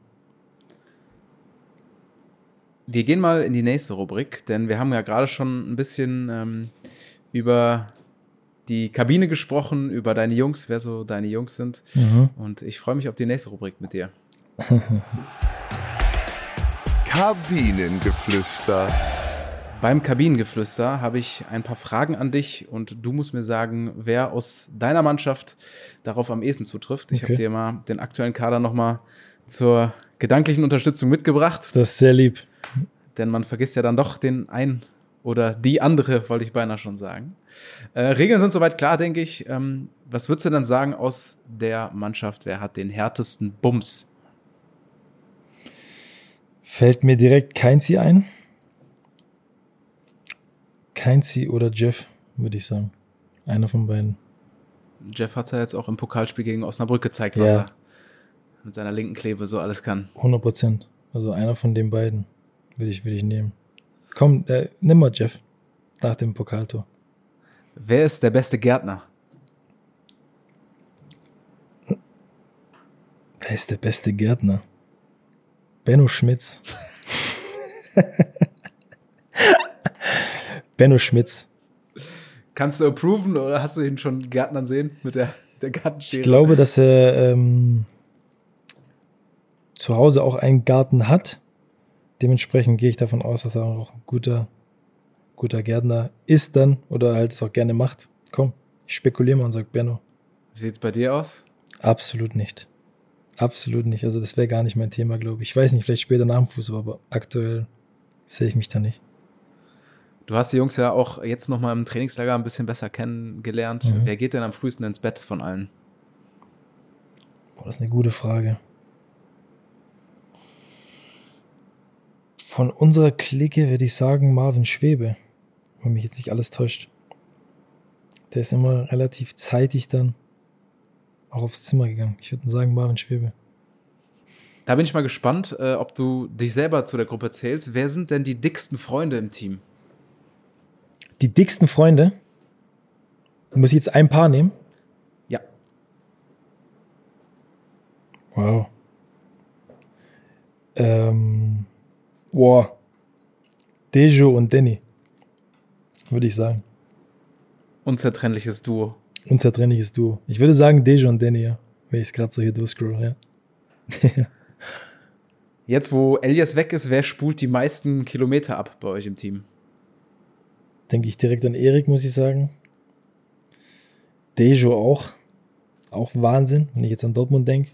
Wir gehen mal in die nächste Rubrik, denn wir haben ja gerade schon ein bisschen über die Kabine gesprochen, über deine Jungs, wer so deine Jungs sind. Mhm. Und ich freue mich auf die nächste Rubrik mit dir. Kabinengeflüster. Beim Kabinengeflüster habe ich ein paar Fragen an dich und du musst mir sagen, wer aus deiner Mannschaft darauf am ehesten zutrifft. Ich habe dir mal den aktuellen Kader nochmal zur gedanklichen Unterstützung mitgebracht. Das ist sehr lieb. Denn man vergisst ja dann doch den einen oder die andere, wollte ich beinahe schon sagen. Regeln sind soweit klar, denke ich. Was würdest du dann sagen aus der Mannschaft? Wer hat den härtesten Bums? Fällt mir direkt Keinzi ein. Keinzi oder Jeff, würde ich sagen. Einer von beiden. Jeff hat ja jetzt auch im Pokalspiel gegen Osnabrück gezeigt, was er mit seiner linken Klebe so alles kann. 100%. Also einer von den beiden will ich nehmen. Komm, nimm mal Jeff nach dem Pokaltor. Wer ist der beste Gärtner? Wer ist der beste Gärtner? Benno Schmitz. Benno Schmitz. Kannst du approven oder hast du ihn schon Gärtnern sehen mit der Gartenschere? Ich glaube, dass er zu Hause auch einen Garten hat. Dementsprechend gehe ich davon aus, dass er auch ein guter Gärtner ist dann oder halt es auch gerne macht. Komm, ich spekuliere mal und sage Benno. Wie sieht es bei dir aus? Absolut nicht. Absolut nicht. Also das wäre gar nicht mein Thema, glaube ich. Ich weiß nicht, vielleicht später nach dem Fußball, aber aktuell sehe ich mich da nicht. Du hast die Jungs ja auch jetzt nochmal im Trainingslager ein bisschen besser kennengelernt. Mhm. Wer geht denn am frühesten ins Bett von allen? Boah, das ist eine gute Frage. Von unserer Clique würde ich sagen Marvin Schwebe, wenn mich jetzt nicht alles täuscht. Der ist immer relativ zeitig dann auch aufs Zimmer gegangen. Ich würde sagen Marvin Schwebe. Da bin ich mal gespannt, ob du dich selber zu der Gruppe zählst. Wer sind denn die dicksten Freunde im Team? Die dicksten Freunde? Muss ich jetzt ein Paar nehmen? Ja. Wow. Dejo und Danny, würde ich sagen. Unzertrennliches Duo. Unzertrennliches Duo. Ich würde sagen Dejo und Danny, ja. Wenn ich es gerade so hier durchscroll, ja. Jetzt, wo Elias weg ist, wer spult die meisten Kilometer ab bei euch im Team? Denke ich direkt an Erik, muss ich sagen. Dejo auch. Auch Wahnsinn, wenn ich jetzt an Dortmund denke.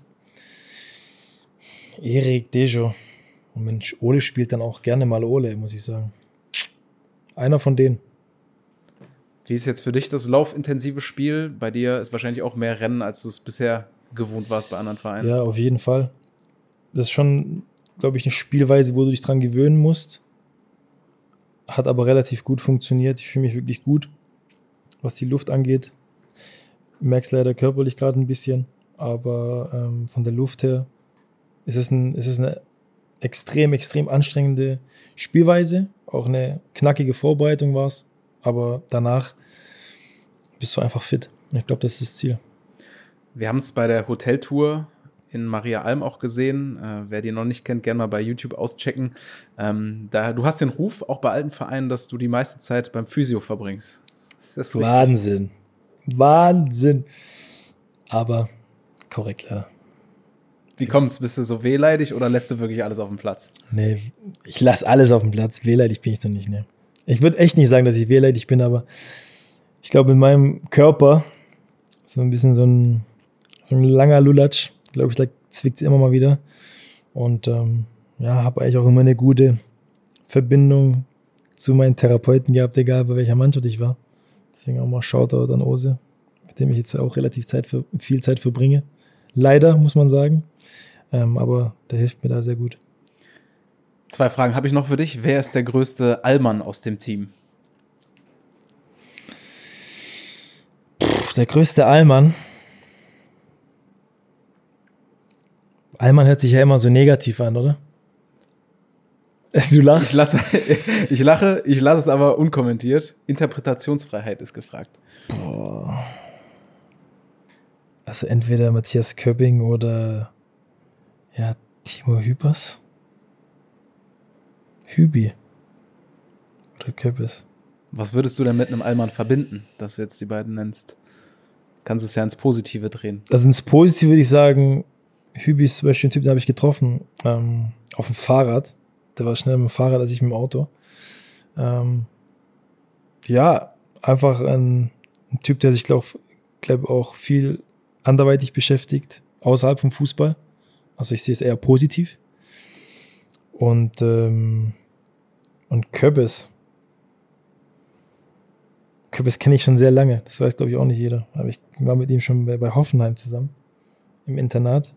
Erik, Dejo. Und Mensch, Ole spielt dann auch gerne mal Ole, muss ich sagen. Einer von denen. Wie ist jetzt für dich das laufintensive Spiel? Bei dir ist wahrscheinlich auch mehr Rennen, als du es bisher gewohnt warst bei anderen Vereinen. Ja, auf jeden Fall. Das ist schon, glaube ich, eine Spielweise, wo du dich dran gewöhnen musst. Hat aber relativ gut funktioniert. Ich fühle mich wirklich gut, was die Luft angeht. Ich merke es leider körperlich gerade ein bisschen, aber von der Luft her ist es eine extrem, extrem anstrengende Spielweise. Auch eine knackige Vorbereitung war es, aber danach bist du einfach fit. Und ich glaube, das ist das Ziel. Wir haben es bei der Hoteltour in Maria Alm auch gesehen. Wer die noch nicht kennt, gerne mal bei YouTube auschecken. Du hast den Ruf, auch bei alten Vereinen, dass du die meiste Zeit beim Physio verbringst. Ist das richtig? Wahnsinn. Wahnsinn. Aber korrekt, leider. Wie kommt's? Bist du so wehleidig oder lässt du wirklich alles auf dem Platz? Nee, ich lasse alles auf dem Platz. Wehleidig bin ich doch nicht, ne. Ich würde echt nicht sagen, dass ich wehleidig bin, aber ich glaube, in meinem Körper so ein bisschen so ein langer Lulatsch, glaube ich, da zwickt es immer mal wieder. Und habe eigentlich auch immer eine gute Verbindung zu meinen Therapeuten gehabt, egal bei welcher Mannschaft ich war. Deswegen auch mal Shoutout an Ose, mit dem ich jetzt auch relativ viel Zeit verbringe. Leider, muss man sagen. Aber der hilft mir da sehr gut. 2 Fragen habe ich noch für dich. Wer ist der größte Allmann aus dem Team? Der größte Allmann. Allmann hört sich ja immer so negativ an, oder? Du lachst. Ich lache, ich lasse es aber unkommentiert. Interpretationsfreiheit ist gefragt. Boah. Also entweder Matthias Köpping oder Timo Hübers. Hübi. Oder Köppes. Was würdest du denn mit einem Allmann verbinden, dass du jetzt die beiden nennst? Kannst es ja ins Positive drehen. Also ins Positive würde ich sagen, Hübi ist zum Beispiel ein Typ, den habe ich getroffen auf dem Fahrrad. Der war schneller mit dem Fahrrad als ich mit dem Auto. Einfach ein Typ, der sich, glaube auch viel anderweitig beschäftigt, außerhalb vom Fußball. Also ich sehe es eher positiv. Und Köppes. Kürbis kenne ich schon sehr lange. Das weiß, glaube ich, auch nicht jeder. Aber ich war mit ihm schon bei Hoffenheim zusammen. Im Internat.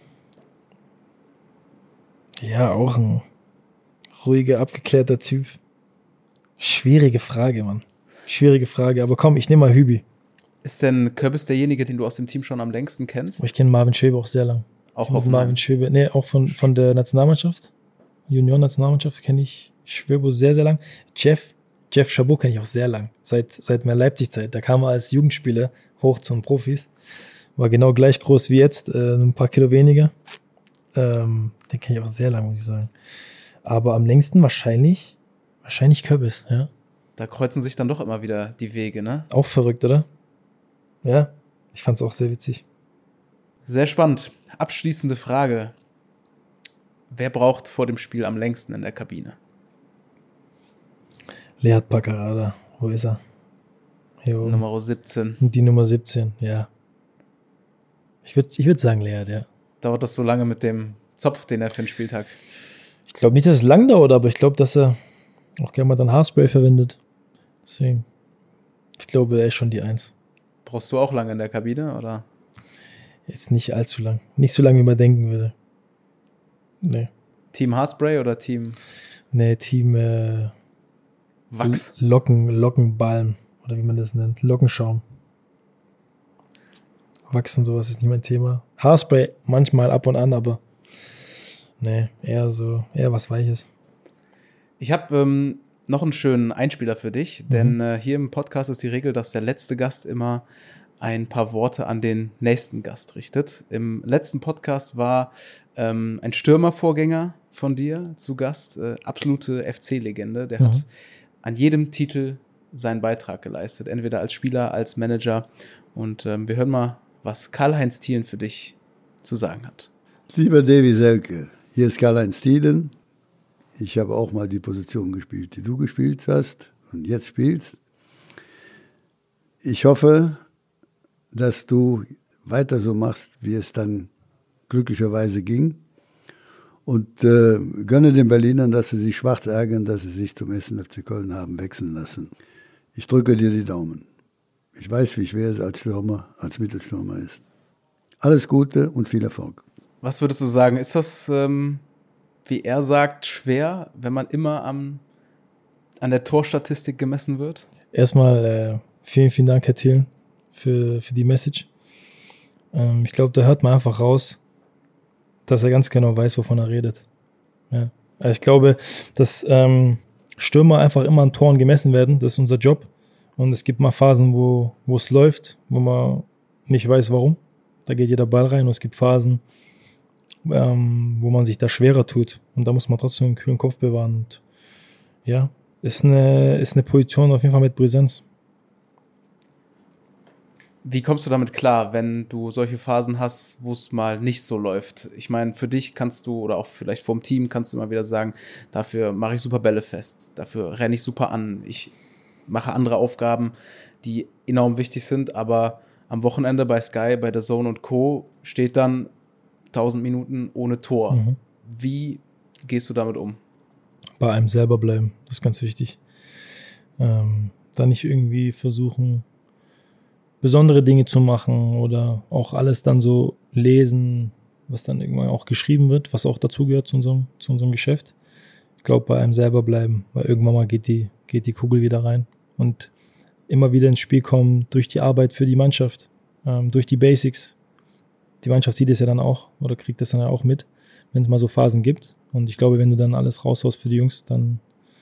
Ja, auch ein ruhiger, abgeklärter Typ. Schwierige Frage, Mann. Schwierige Frage. Aber komm, ich nehme mal Hübi. Ist denn Kürbis derjenige, den du aus dem Team schon am längsten kennst? Ich kenne Marvin Schwebe auch sehr lang. Auch Marvin Schwebe. Nee, auch von der Nationalmannschaft. Junioren-Nationalmannschaft kenne ich Schwebe sehr, sehr lang. Jeff Chabot kenne ich auch sehr lang. Seit meiner Leipzig-Zeit. Da kam er als Jugendspieler hoch zu den Profis. War genau gleich groß wie jetzt, ein paar Kilo weniger. Den kenne ich auch sehr lang, muss ich sagen. Aber am längsten wahrscheinlich Kürbis, ja. Da kreuzen sich dann doch immer wieder die Wege, ne? Auch verrückt, oder? Ja, ich fand es auch sehr witzig. Sehr spannend. Abschließende Frage. Wer braucht vor dem Spiel am längsten in der Kabine? Lead Paccarada, wo ist er? Hier oben. Nummer 17. Die Nummer 17, ja. Ich würd sagen Lead, ja. Dauert das so lange mit dem Zopf, den er für den Spieltag? Ich glaube nicht, dass es lang dauert, aber ich glaube, dass er auch gerne mal dann Haarspray verwendet. Deswegen, ich glaube, er ist schon die 1. Brauchst du auch lange in der Kabine, oder? Jetzt nicht allzu lang. Nicht so lange, wie man denken würde. Nee. Team Haarspray oder Team? Nee, Team Wachs. Lockenbalm. Oder wie man das nennt. Lockenschaum. Wachsen, sowas ist nicht mein Thema. Haarspray manchmal ab und an, aber nee, eher was Weiches. Ich habe noch einen schönen Einspieler für dich, denn hier im Podcast ist die Regel, dass der letzte Gast immer ein paar Worte an den nächsten Gast richtet. Im letzten Podcast war ein Stürmervorgänger von dir zu Gast, absolute FC-Legende, der hat an jedem Titel seinen Beitrag geleistet, entweder als Spieler, als Manager, und wir hören mal, was Karl-Heinz Thielen für dich zu sagen hat. Lieber Davy Selke, hier ist Karl-Heinz Thielen. Ich habe auch mal die Position gespielt, die du gespielt hast und jetzt spielst. Ich hoffe, dass du weiter so machst, wie es dann glücklicherweise ging. Und gönne den Berlinern, dass sie sich schwarz ärgern, dass sie sich zum 1. FC Köln haben wechseln lassen. Ich drücke dir die Daumen. Ich weiß, wie schwer es als Stürmer, als Mittelstürmer ist. Alles Gute und viel Erfolg. Was würdest du sagen? Ist das, wie er sagt, schwer, wenn man immer an der Torstatistik gemessen wird? Erstmal vielen, vielen Dank, Herr Thielen, für die Message. Ich glaube, da hört man einfach raus, dass er ganz genau weiß, wovon er redet. Ja. Also ich glaube, dass Stürmer einfach immer an Toren gemessen werden. Das ist unser Job. Und es gibt mal Phasen, wo es läuft, wo man nicht weiß, warum. Da geht jeder Ball rein. Und es gibt Phasen, wo man sich da schwerer tut. Und da muss man trotzdem einen kühlen Kopf bewahren. Und ja, ist eine Position auf jeden Fall mit Brisanz. Wie kommst du damit klar, wenn du solche Phasen hast, wo es mal nicht so läuft? Ich meine, für dich kannst du, oder auch vielleicht vom Team, kannst du immer wieder sagen, dafür mache ich super Bälle fest, dafür renne ich super an, ich mache andere Aufgaben, die enorm wichtig sind, aber am Wochenende bei Sky, bei der Zone und Co. steht dann 1000 Minuten ohne Tor. Wie gehst du damit um? Bei einem selber bleiben, das ist ganz wichtig. Da nicht irgendwie versuchen, besondere Dinge zu machen oder auch alles dann so lesen, was dann irgendwann auch geschrieben wird, was auch dazugehört zu unserem Geschäft. Ich glaube, bei einem selber bleiben, weil irgendwann mal geht die Kugel wieder rein und immer wieder ins Spiel kommen durch die Arbeit für die Mannschaft, durch die Basics. Die Mannschaft sieht es ja dann auch oder kriegt das dann ja auch mit, wenn es mal so Phasen gibt. Und ich glaube, wenn du dann alles raushaust für die Jungs, dann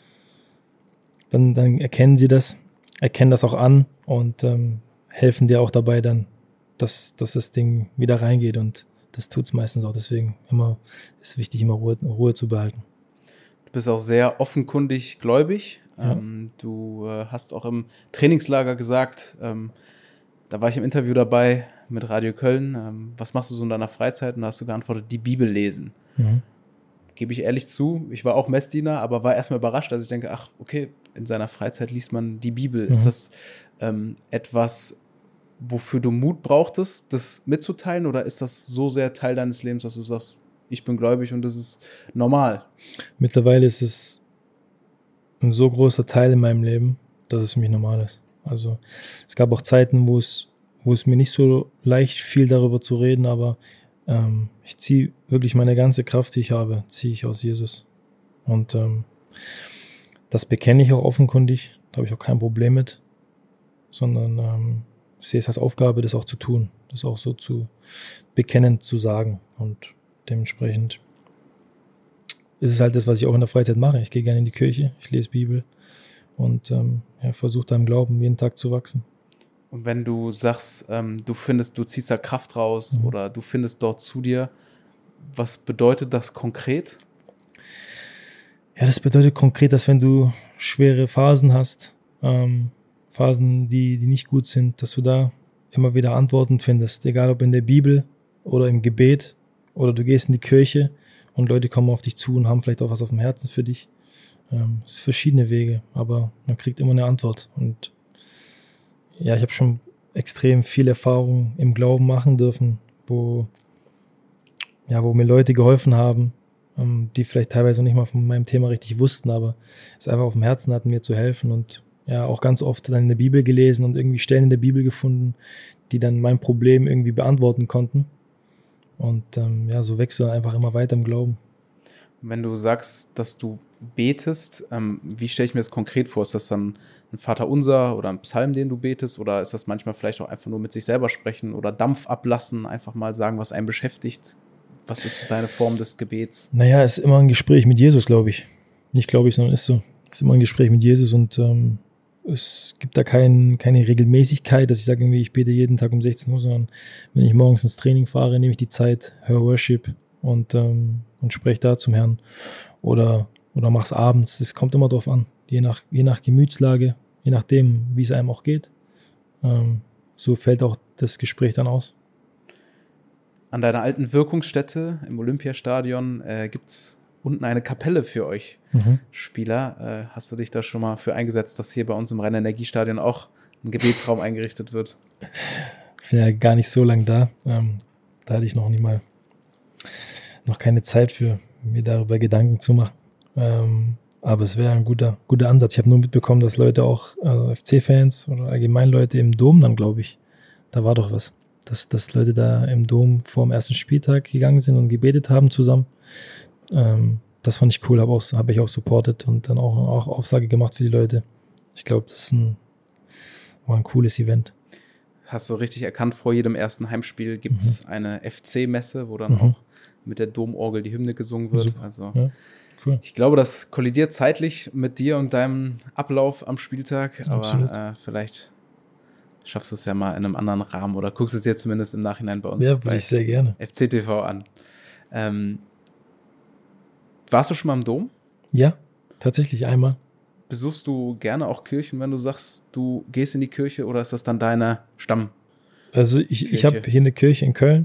erkennen sie das, erkennen das auch an und helfen dir auch dabei dann, dass das Ding wieder reingeht, und das tut es meistens auch. Deswegen ist wichtig, immer Ruhe zu behalten. Du bist auch sehr offenkundig gläubig. Ja. Du hast auch im Trainingslager gesagt, da war ich im Interview dabei mit Radio Köln, was machst du so in deiner Freizeit? Und da hast du geantwortet, die Bibel lesen. Gebe ich ehrlich zu, ich war auch Messdiener, aber war erstmal überrascht, als ich denke, ach, okay, in seiner Freizeit liest man die Bibel. Ist das etwas, wofür du Mut brauchtest, das mitzuteilen, oder ist das so sehr Teil deines Lebens, dass du sagst, ich bin gläubig und das ist normal? Mittlerweile ist es ein so großer Teil in meinem Leben, dass es für mich normal ist. Also es gab auch Zeiten, wo es mir nicht so leicht fiel, darüber zu reden, aber ich ziehe wirklich meine ganze Kraft, die ich habe, ziehe ich aus Jesus. Und das bekenne ich auch offenkundig, da habe ich auch kein Problem mit, sondern ich sehe es als Aufgabe, das auch zu tun, das auch so zu bekennend zu sagen. Und dementsprechend ist es halt das, was ich auch in der Freizeit mache. Ich gehe gerne in die Kirche, ich lese Bibel und versuche da im Glauben jeden Tag zu wachsen. Und wenn du sagst, du findest, du ziehst da Kraft raus oder du findest dort zu dir, was bedeutet das konkret? Ja, das bedeutet konkret, dass wenn du schwere Phasen hast, Phasen, die nicht gut sind, dass du da immer wieder Antworten findest, egal ob in der Bibel oder im Gebet oder du gehst in die Kirche und Leute kommen auf dich zu und haben vielleicht auch was auf dem Herzen für dich. Es sind verschiedene Wege, aber man kriegt immer eine Antwort. Und ja, ich habe schon extrem viel Erfahrung im Glauben machen dürfen, wo mir Leute geholfen haben, die vielleicht teilweise noch nicht mal von meinem Thema richtig wussten, aber es einfach auf dem Herzen hatten, mir zu helfen und ja, auch ganz oft dann in der Bibel gelesen und irgendwie Stellen in der Bibel gefunden, die dann mein Problem irgendwie beantworten konnten. Und so wächst du dann einfach immer weiter im Glauben. Wenn du sagst, dass du betest, wie stelle ich mir das konkret vor? Ist das dann ein Vaterunser oder ein Psalm, den du betest? Oder ist das manchmal vielleicht auch einfach nur mit sich selber sprechen oder Dampf ablassen, einfach mal sagen, was einen beschäftigt? Was ist deine Form des Gebets? Naja, es ist immer ein Gespräch mit Jesus, glaube ich. Nicht glaube ich, sondern ist so. Es ist immer ein Gespräch mit Jesus und es gibt da keine Regelmäßigkeit, dass ich sage, irgendwie, ich bete jeden Tag um 16 Uhr, sondern wenn ich morgens ins Training fahre, nehme ich die Zeit, höre Worship und spreche da zum Herrn oder mach's abends. Es kommt immer drauf an, je nach Gemütslage, je nachdem, wie es einem auch geht. So fällt auch das Gespräch dann aus. An deiner alten Wirkungsstätte im Olympiastadion gibt's unten eine Kapelle für euch Spieler. Hast du dich da schon mal für eingesetzt, dass hier bei uns im Rhein-Energiestadion auch ein Gebetsraum eingerichtet wird? Ich bin ja gar nicht so lange da. Da hatte ich noch keine Zeit für, mir darüber Gedanken zu machen. Aber es wäre ein guter Ansatz. Ich habe nur mitbekommen, dass Leute auch, FC-Fans oder allgemein Leute im Dom dann, glaube ich, da war doch was, dass Leute da im Dom vor dem ersten Spieltag gegangen sind und gebetet haben zusammen. Das fand ich cool, habe ich auch supportet und dann auch Aufsage gemacht für die Leute. Ich glaube, das war ein cooles Event. Hast du richtig erkannt, vor jedem ersten Heimspiel gibt es eine FC-Messe, wo dann auch mit der Domorgel die Hymne gesungen wird. Super. Also ja, cool. Ich glaube, das kollidiert zeitlich mit dir und deinem Ablauf am Spieltag, aber vielleicht schaffst du es ja mal in einem anderen Rahmen oder guckst es dir zumindest im Nachhinein bei uns würde ich sehr gerne. FCTV an. Warst du schon mal im Dom? Ja, tatsächlich einmal. Besuchst du gerne auch Kirchen, wenn du sagst, du gehst in die Kirche oder ist das dann deine Stamm? Also ich habe hier eine Kirche in Köln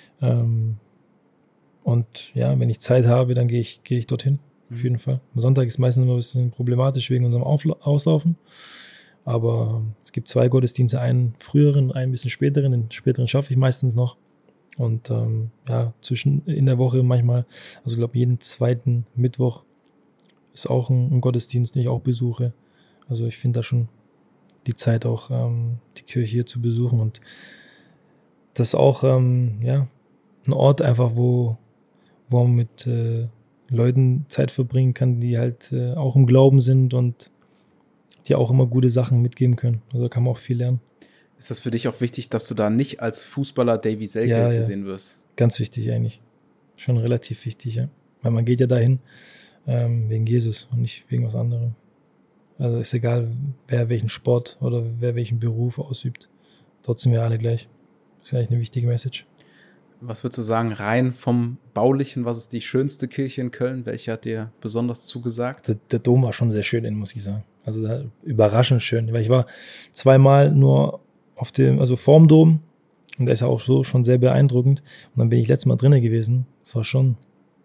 und ja, wenn ich Zeit habe, dann gehe ich dorthin, auf jeden Fall. Am Sonntag ist meistens immer ein bisschen problematisch wegen unserem Auslaufen, aber es gibt 2 Gottesdienste, einen früheren, einen bisschen späteren, den späteren schaffe ich meistens noch. Und zwischen in der Woche manchmal, also ich glaube jeden 2. Mittwoch ist auch ein Gottesdienst, den ich auch besuche. Also ich finde da schon die Zeit auch, die Kirche hier zu besuchen. Und das ist auch ein Ort einfach, wo man mit Leuten Zeit verbringen kann, die halt auch im Glauben sind und die auch immer gute Sachen mitgeben können. Also da kann man auch viel lernen. Ist das für dich auch wichtig, dass du da nicht als Fußballer Davy Selke gesehen wirst? Ganz wichtig eigentlich. Schon relativ wichtig, ja. Weil man geht ja dahin wegen Jesus und nicht wegen was anderem. Also ist egal, wer welchen Sport oder wer welchen Beruf ausübt. Trotzdem wir alle gleich. Das ist eigentlich eine wichtige Message. Was würdest du sagen, rein vom Baulichen, was ist die schönste Kirche in Köln? Welche hat dir besonders zugesagt? Der Dom war schon sehr schön, muss ich sagen. Also überraschend schön. Weil ich war 2-mal nur vorm Dom und der ist ja auch so schon sehr beeindruckend. Und dann bin ich letztes Mal drinnen gewesen. Das war schon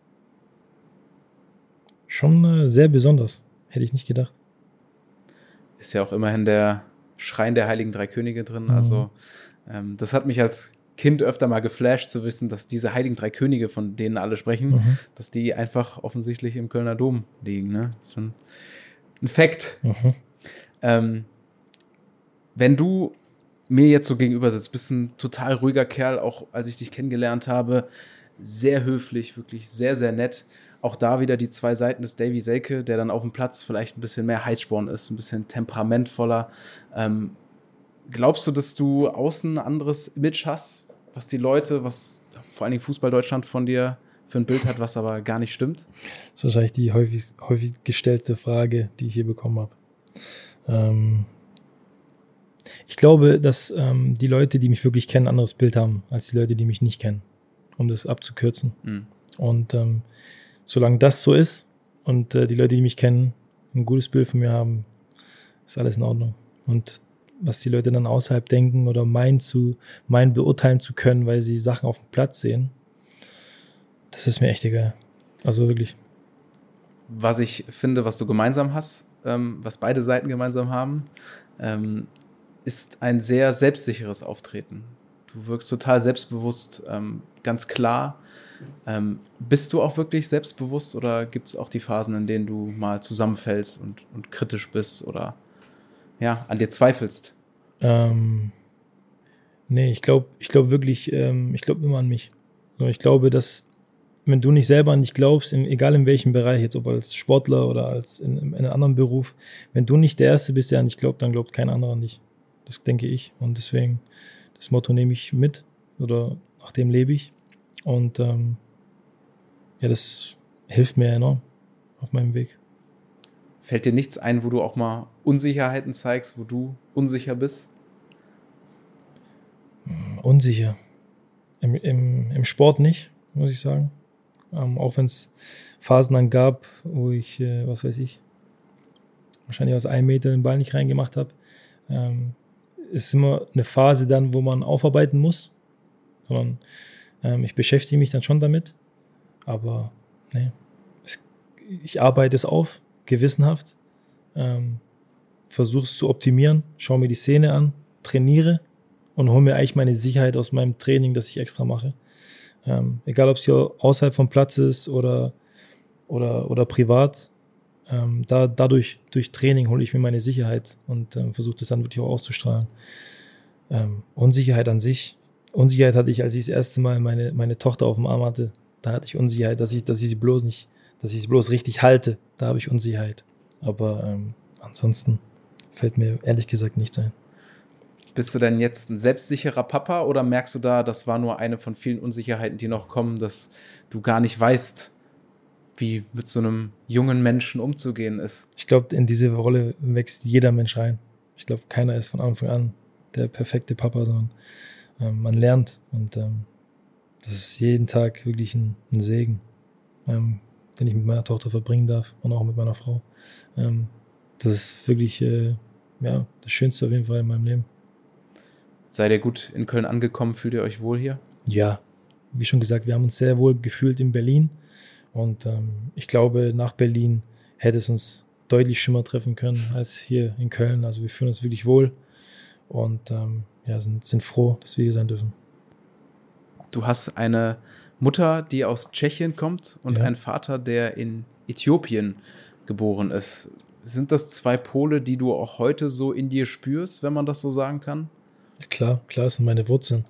sehr besonders. Hätte ich nicht gedacht. Ist ja auch immerhin der Schrein der Heiligen Drei Könige drin. Also das hat mich als Kind öfter mal geflasht zu wissen, dass diese Heiligen Drei Könige, von denen alle sprechen, dass die einfach offensichtlich im Kölner Dom liegen. Ne? Das ist schon ein Fakt. wenn du mir jetzt so gegenüber sitzt, bist ein total ruhiger Kerl, auch als ich dich kennengelernt habe, sehr höflich, wirklich sehr, sehr nett. Auch da wieder die zwei Seiten des Davy Selke, der dann auf dem Platz vielleicht ein bisschen mehr Heißsporn ist, ein bisschen temperamentvoller. Glaubst du, dass du außen ein anderes Image hast, was die Leute, was vor allen Dingen Fußball Deutschland von dir für ein Bild hat, was aber gar nicht stimmt? Das ist wahrscheinlich die häufig gestellte Frage, die ich hier bekommen habe. Ich glaube, dass die Leute, die mich wirklich kennen, ein anderes Bild haben, als die Leute, die mich nicht kennen, um das abzukürzen. Und solange das so ist und die Leute, die mich kennen, ein gutes Bild von mir haben, ist alles in Ordnung. Und was die Leute dann außerhalb denken oder meinen beurteilen zu können, weil sie Sachen auf dem Platz sehen, das ist mir echt egal. Also wirklich. Was ich finde, was du gemeinsam hast, was beide Seiten gemeinsam haben, ist ein sehr selbstsicheres Auftreten. Du wirkst total selbstbewusst, ganz klar. Bist du auch wirklich selbstbewusst oder gibt es auch die Phasen, in denen du mal zusammenfällst und kritisch bist oder ja, an dir zweifelst? Nee, ich glaube wirklich, ich glaube immer an mich. Ich glaube, dass wenn du nicht selber an dich glaubst, egal in welchem Bereich, jetzt ob als Sportler oder als in einem anderen Beruf, wenn du nicht der Erste bist, der an dich glaubt, dann glaubt kein anderer an dich. Das denke ich. Und deswegen, das Motto nehme ich mit oder nach dem lebe ich. Und ja, das hilft mir enorm auf meinem Weg. Fällt dir nichts ein, wo du auch mal Unsicherheiten zeigst, wo du unsicher bist? Unsicher. Im Sport nicht, muss ich sagen. Auch wenn es Phasen dann gab, wo ich, was weiß ich, wahrscheinlich aus 1 Meter den Ball nicht reingemacht habe. Ist immer eine Phase dann, wo man aufarbeiten muss. Sondern ich beschäftige mich dann schon damit. Aber nee, ich arbeite es auf, gewissenhaft. Versuche es zu optimieren, schaue mir die Szene an, trainiere und hole mir eigentlich meine Sicherheit aus meinem Training, das ich extra mache. Egal, ob es hier außerhalb vom Platz ist oder privat, durch Training hole ich mir meine Sicherheit und versuche das dann wirklich auch auszustrahlen. Unsicherheit an sich. Unsicherheit hatte ich, als ich das erste Mal meine Tochter auf dem Arm hatte. Da hatte ich Unsicherheit, dass ich sie bloß richtig halte. Da habe ich Unsicherheit. Aber ansonsten fällt mir ehrlich gesagt nichts ein. Bist du denn jetzt ein selbstsicherer Papa oder merkst du da, das war nur eine von vielen Unsicherheiten, die noch kommen, dass du gar nicht weißt, wie mit so einem jungen Menschen umzugehen ist? Ich glaube, in diese Rolle wächst jeder Mensch rein. Ich glaube, keiner ist von Anfang an der perfekte Papa, sondern man lernt und das ist jeden Tag wirklich ein Segen, den ich mit meiner Tochter verbringen darf und auch mit meiner Frau. Das ist wirklich das Schönste auf jeden Fall in meinem Leben. Seid ihr gut in Köln angekommen? Fühlt ihr euch wohl hier? Ja, wie schon gesagt, wir haben uns sehr wohl gefühlt in Berlin und ich glaube, nach Berlin hätte es uns deutlich schlimmer treffen können als hier in Köln. Also wir fühlen uns wirklich wohl und sind froh, dass wir hier sein dürfen. Du hast eine Mutter, die aus Tschechien kommt und einen Vater, der in Äthiopien geboren ist. Sind das 2 Pole, die du auch heute so in dir spürst, wenn man das so sagen kann? Klar, es sind meine Wurzeln.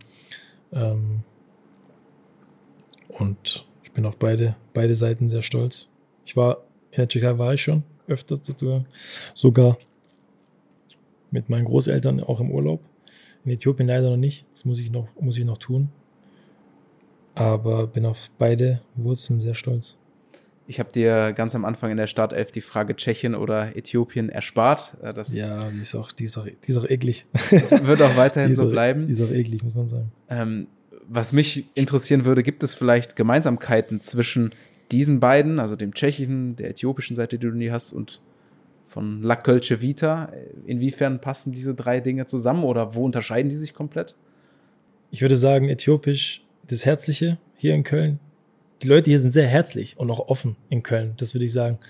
Und ich bin auf beide Seiten sehr stolz. In der Tschechei war ich schon öfter sogar mit meinen Großeltern auch im Urlaub. In Äthiopien leider noch nicht, das muss ich noch tun. Aber bin auf beide Wurzeln sehr stolz. Ich habe dir ganz am Anfang in der Startelf die Frage Tschechien oder Äthiopien erspart. Die ist auch eklig. Wird auch weiterhin so bleiben. Die ist auch eklig, muss man sagen. Was mich interessieren würde, gibt es vielleicht Gemeinsamkeiten zwischen diesen beiden, also dem tschechischen, der äthiopischen Seite, die du nie hast, und von La Kölsche Vita? Inwiefern passen diese 3 Dinge zusammen oder wo unterscheiden die sich komplett? Ich würde sagen, äthiopisch, das Herzliche hier in Köln. Die Leute hier sind sehr herzlich und auch offen in Köln, das würde ich sagen.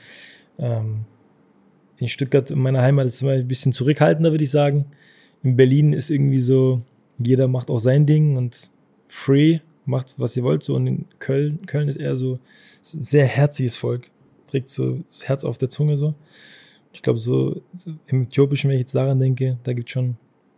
In Stuttgart, in meiner Heimat, ist es immer ein bisschen zurückhaltender, würde ich sagen. In Berlin ist irgendwie so, jeder macht auch sein Ding und free, macht, was ihr wollt. So. Und in Köln ist eher so ein sehr herziges Volk, trägt so das Herz auf der Zunge so. Ich glaube, so im Äthiopischen, wenn ich jetzt daran denke, da gibt es schon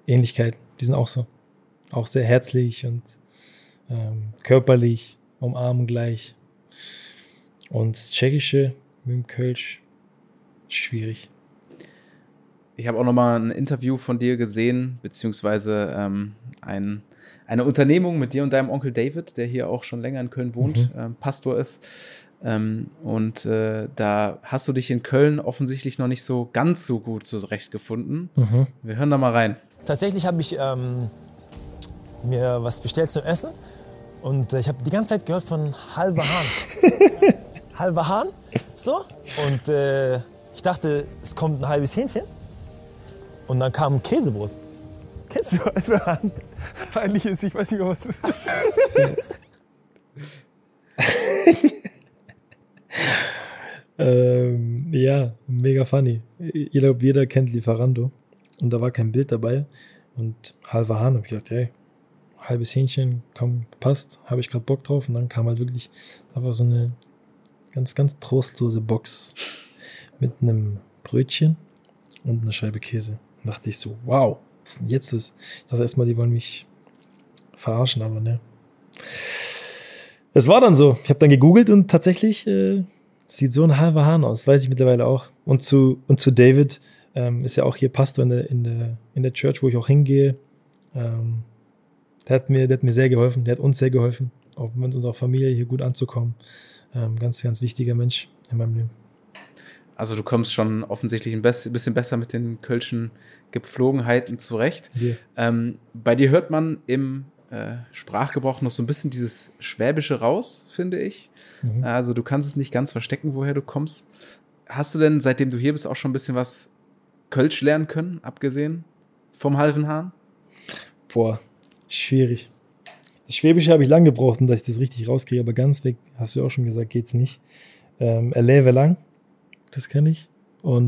Ähnlichkeiten. Die sind auch so. Auch sehr herzlich und körperlich, umarmen gleich. Und das Tschechische mit dem Kölsch, schwierig. Ich habe auch nochmal ein Interview von dir gesehen, beziehungsweise eine Unternehmung mit dir und deinem Onkel David, der hier auch schon länger in Köln wohnt, Pastor ist. Da hast du dich in Köln offensichtlich noch nicht so ganz so gut zurechtgefunden. Wir hören da mal rein. Tatsächlich habe ich mir was bestellt zum Essen und ich habe die ganze Zeit gehört von halber Hahn. Halber Hahn, so. Und ich dachte, es kommt ein halbes Hähnchen. Und dann kam ein Käsebrot. Kennst du halber Hahn? Peinlich ist, ich weiß nicht mehr, was das ist. Ja, mega funny. Ich glaube, jeder kennt Lieferando. Und da war kein Bild dabei. Und halber Hahn, habe ich gedacht, hey, halbes Hähnchen, komm, passt, habe ich gerade Bock drauf. Und dann kam halt wirklich einfach so eine ganz, ganz trostlose Box mit einem Brötchen und einer Scheibe Käse. Und dachte ich so, wow, was ist denn jetzt das? Ich dachte erstmal, die wollen mich verarschen, aber ne. Das war dann so. Ich habe dann gegoogelt und tatsächlich sieht so ein halber Hahn aus, weiß ich mittlerweile auch. Und zu David, ist ja auch hier Pastor in der Church, wo ich auch hingehe. Der hat mir sehr geholfen, der hat uns sehr geholfen, auch mit unserer Familie hier gut anzukommen. Ganz, ganz wichtiger Mensch in meinem Leben. Also du kommst schon offensichtlich ein bisschen besser mit den kölschen Gepflogenheiten zurecht. Yeah. Bei dir hört man im Sprachgebrauch noch so ein bisschen dieses Schwäbische raus, finde ich. Also du kannst es nicht ganz verstecken, woher du kommst. Hast du denn, seitdem du hier bist, auch schon ein bisschen was Kölsch lernen können, abgesehen vom halben Hahn? Boah, schwierig. Das Schwäbische habe ich lang gebraucht, dass ich das richtig rauskriege, aber ganz weg, hast du auch schon gesagt, geht's nicht. Erlebe lang, das kann ich. Und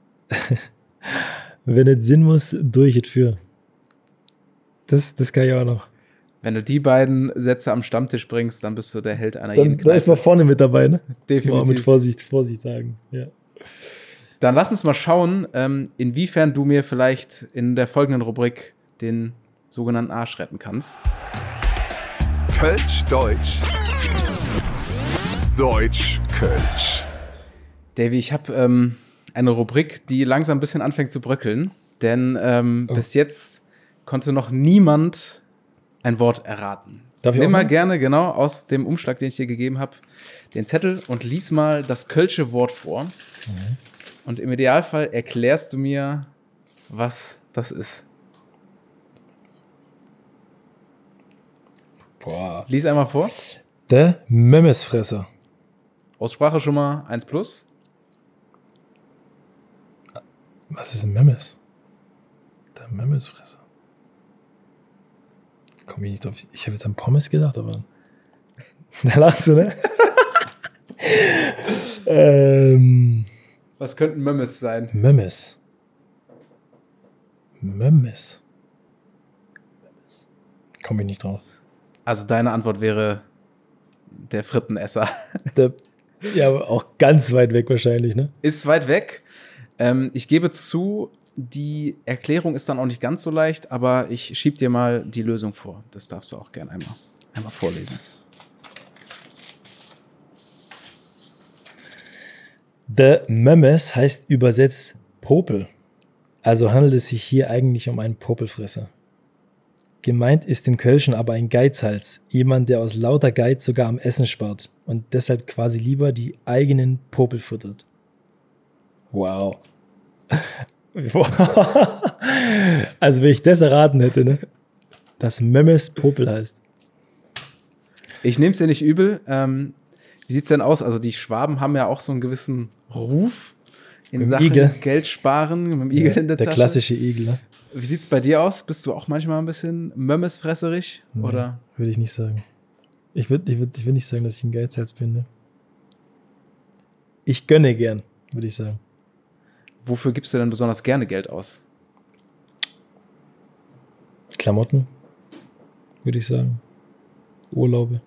wenn es Sinn muss, durch es für. Das kann ich auch noch. Wenn du die beiden Sätze am Stammtisch bringst, dann bist du der Held einer jeden Kneipe. Da ist man vorne mit dabei, ne? Definitiv. Mit Vorsicht sagen, ja. Dann lass uns mal schauen, inwiefern du mir vielleicht in der folgenden Rubrik den sogenannten Arsch retten kannst. Kölsch, Deutsch. Deutsch, Kölsch. Davy, ich habe eine Rubrik, die langsam ein bisschen anfängt zu bröckeln, denn bis jetzt konnte noch niemand ein Wort erraten. Darf ich Nimm mal aufmachen? gerne, genau, aus dem Umschlag, den ich dir gegeben habe, den Zettel und lies mal das kölsche Wort vor. Und im Idealfall erklärst du mir, was das ist. Boah. Lies einmal vor. Der Memmesfresser. Aussprache schon mal 1+. Was ist ein Memmes? Der Memmesfresser. Komm ich nicht drauf. Ich habe jetzt an Pommes gedacht, aber da lachst du, ne? Was könnten Memmes sein? Memmes. Komm ich nicht drauf. Also deine Antwort wäre der Frittenesser. Ja, aber auch ganz weit weg wahrscheinlich, ne? Ist weit weg. Ich gebe zu, die Erklärung ist dann auch nicht ganz so leicht, aber ich schieb dir mal die Lösung vor. Das darfst du auch gerne einmal vorlesen. Der Memmes heißt übersetzt Popel. Also handelt es sich hier eigentlich um einen Popelfresser. Gemeint ist im Kölschen aber ein Geizhals, jemand, der aus lauter Geiz sogar am Essen spart und deshalb quasi lieber die eigenen Popel futtert. Wow. Also wenn ich das erraten hätte, ne? Dass Memmes Popel heißt. Ich nehme es dir nicht übel. Wie sieht's denn aus? Also die Schwaben haben ja auch so einen gewissen Ruf in Mit dem Sachen Igel. Geld sparen, mit dem Igel in der Tasche. Der klassische Igel, ne? Wie sieht's bei dir aus? Bist du auch manchmal ein bisschen mömmesfresserig? Oder? Würde ich nicht sagen. Ich würd nicht sagen, dass ich ein Geizhals bin, ne? Ich gönne gern, würde ich sagen. Wofür gibst du denn besonders gerne Geld aus? Klamotten, würde ich sagen. Urlaube.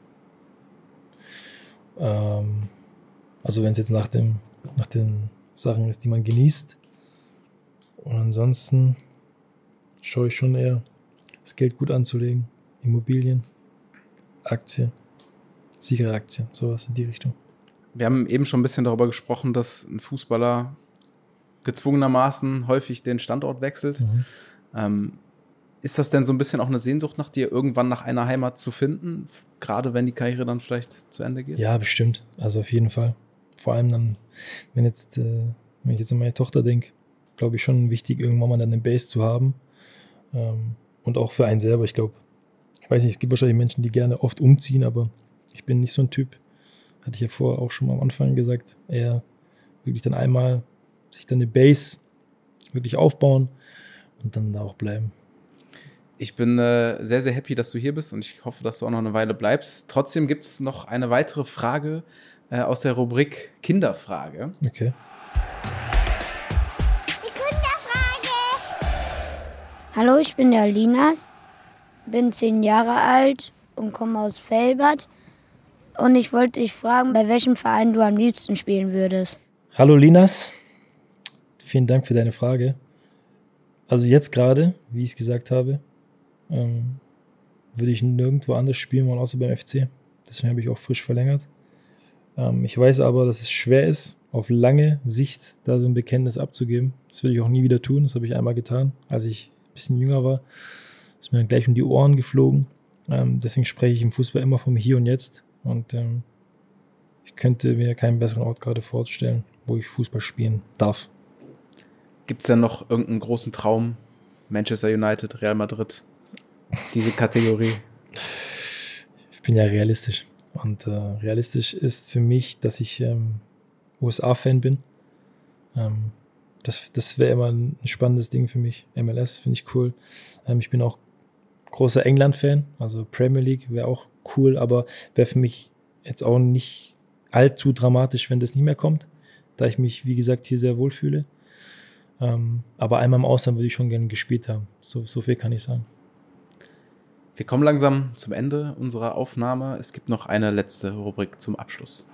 Also wenn es jetzt nach den Sachen ist, die man genießt. Und ansonsten schaue ich schon eher, das Geld gut anzulegen. Immobilien, Aktien, sichere Aktien, sowas in die Richtung. Wir haben eben schon ein bisschen darüber gesprochen, dass ein Fußballer gezwungenermaßen häufig den Standort wechselt. Ist das denn so ein bisschen auch eine Sehnsucht nach dir, irgendwann nach einer Heimat zu finden, gerade wenn die Karriere dann vielleicht zu Ende geht? Ja, bestimmt. Also auf jeden Fall. Vor allem dann, wenn ich jetzt an meine Tochter denke, glaube ich schon wichtig, irgendwann mal dann eine Base zu haben. Und auch für einen selber, ich glaube, ich weiß nicht, es gibt wahrscheinlich Menschen, die gerne oft umziehen, aber ich bin nicht so ein Typ. Hatte ich ja vorher auch schon mal am Anfang gesagt, eher wirklich dann einmal sich dann eine Base wirklich aufbauen und dann da auch bleiben. Ich bin sehr, sehr happy, dass du hier bist und ich hoffe, dass du auch noch eine Weile bleibst. Trotzdem gibt es noch eine weitere Frage aus der Rubrik Kinderfrage. Okay. Die Kinderfrage! Hallo, ich bin der Linas, bin 10 Jahre alt und komme aus Velbert. Und ich wollte dich fragen, bei welchem Verein du am liebsten spielen würdest. Hallo Linas, vielen Dank für deine Frage. Also jetzt gerade, wie ich es gesagt habe, würde ich nirgendwo anders spielen wollen, außer beim FC. Deswegen habe ich auch frisch verlängert. Ich weiß aber, dass es schwer ist, auf lange Sicht da so ein Bekenntnis abzugeben. Das würde ich auch nie wieder tun. Das habe ich einmal getan, als ich ein bisschen jünger war. Das ist mir dann gleich um die Ohren geflogen. Deswegen spreche ich im Fußball immer vom Hier und Jetzt. Und ich könnte mir keinen besseren Ort gerade vorstellen, wo ich Fußball spielen darf. Gibt es denn noch irgendeinen großen Traum? Manchester United, Real Madrid, diese Kategorie? Ich bin ja realistisch. Und realistisch ist für mich, dass ich USA-Fan bin. Das wäre immer ein spannendes Ding für mich. MLS finde ich cool. Ich bin auch großer England-Fan, also Premier League wäre auch cool, aber wäre für mich jetzt auch nicht allzu dramatisch, wenn das nicht mehr kommt, da ich mich, wie gesagt, hier sehr wohl fühle. Aber einmal im Ausland würde ich schon gerne gespielt haben. So viel kann ich sagen. Wir kommen langsam zum Ende unserer Aufnahme. Es gibt noch eine letzte Rubrik zum Abschluss.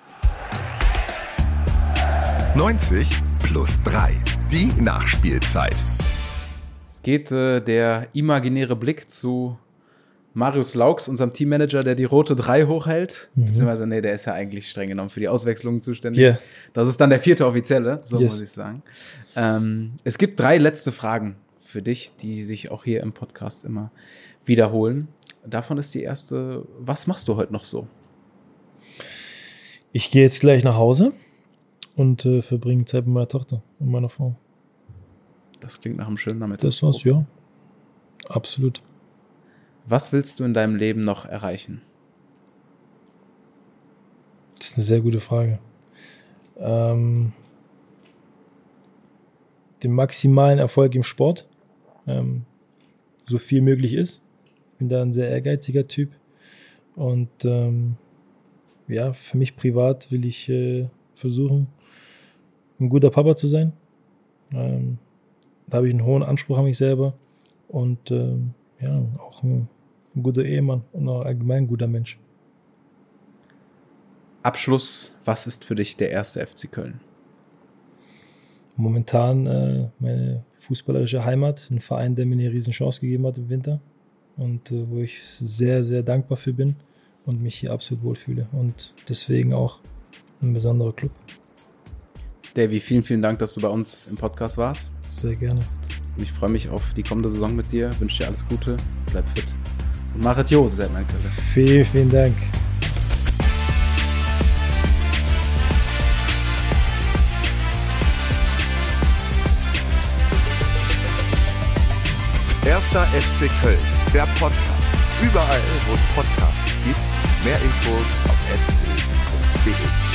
90+3, die Nachspielzeit. Es geht der imaginäre Blick zu Marius Laux, unserem Teammanager, der die rote 3 hochhält. Beziehungsweise, nee, der ist ja eigentlich streng genommen für die Auswechslungen zuständig. Yeah. Das ist dann der 4. Offizielle, so Yes. muss ich sagen. Es gibt 3 letzte Fragen für dich, die sich auch hier im Podcast immer wiederholen. Davon ist die erste, was machst du heute noch so? Ich gehe jetzt gleich nach Hause und verbringe Zeit mit meiner Tochter und meiner Frau. Das klingt nach einem schönen Nachmittag. Das war's, ja. Absolut. Was willst du in deinem Leben noch erreichen? Das ist eine sehr gute Frage. Den maximalen Erfolg im Sport, so viel möglich ist. Ich bin da ein sehr ehrgeiziger Typ. Und ja, für mich privat will ich versuchen, ein guter Papa zu sein. Da habe ich einen hohen Anspruch an mich selber. Und ja, auch ein guter Ehemann und auch allgemein ein guter Mensch. Abschluss, was ist für dich der erste FC Köln? Momentan meine fußballerische Heimat, ein Verein, der mir eine riesen Chance gegeben hat im Winter und wo ich sehr, sehr dankbar für bin und mich hier absolut wohlfühle und deswegen auch ein besonderer Club. Davy, vielen, vielen Dank, dass du bei uns im Podcast warst. Sehr gerne. Und ich freue mich auf die kommende Saison mit dir, wünsche dir alles Gute, bleib fit und mach es jo, sagt mein Kölle. Vielen, vielen Dank. Erster FC Köln, der Podcast. Überall, wo es Podcasts gibt. Mehr Infos auf fc.de.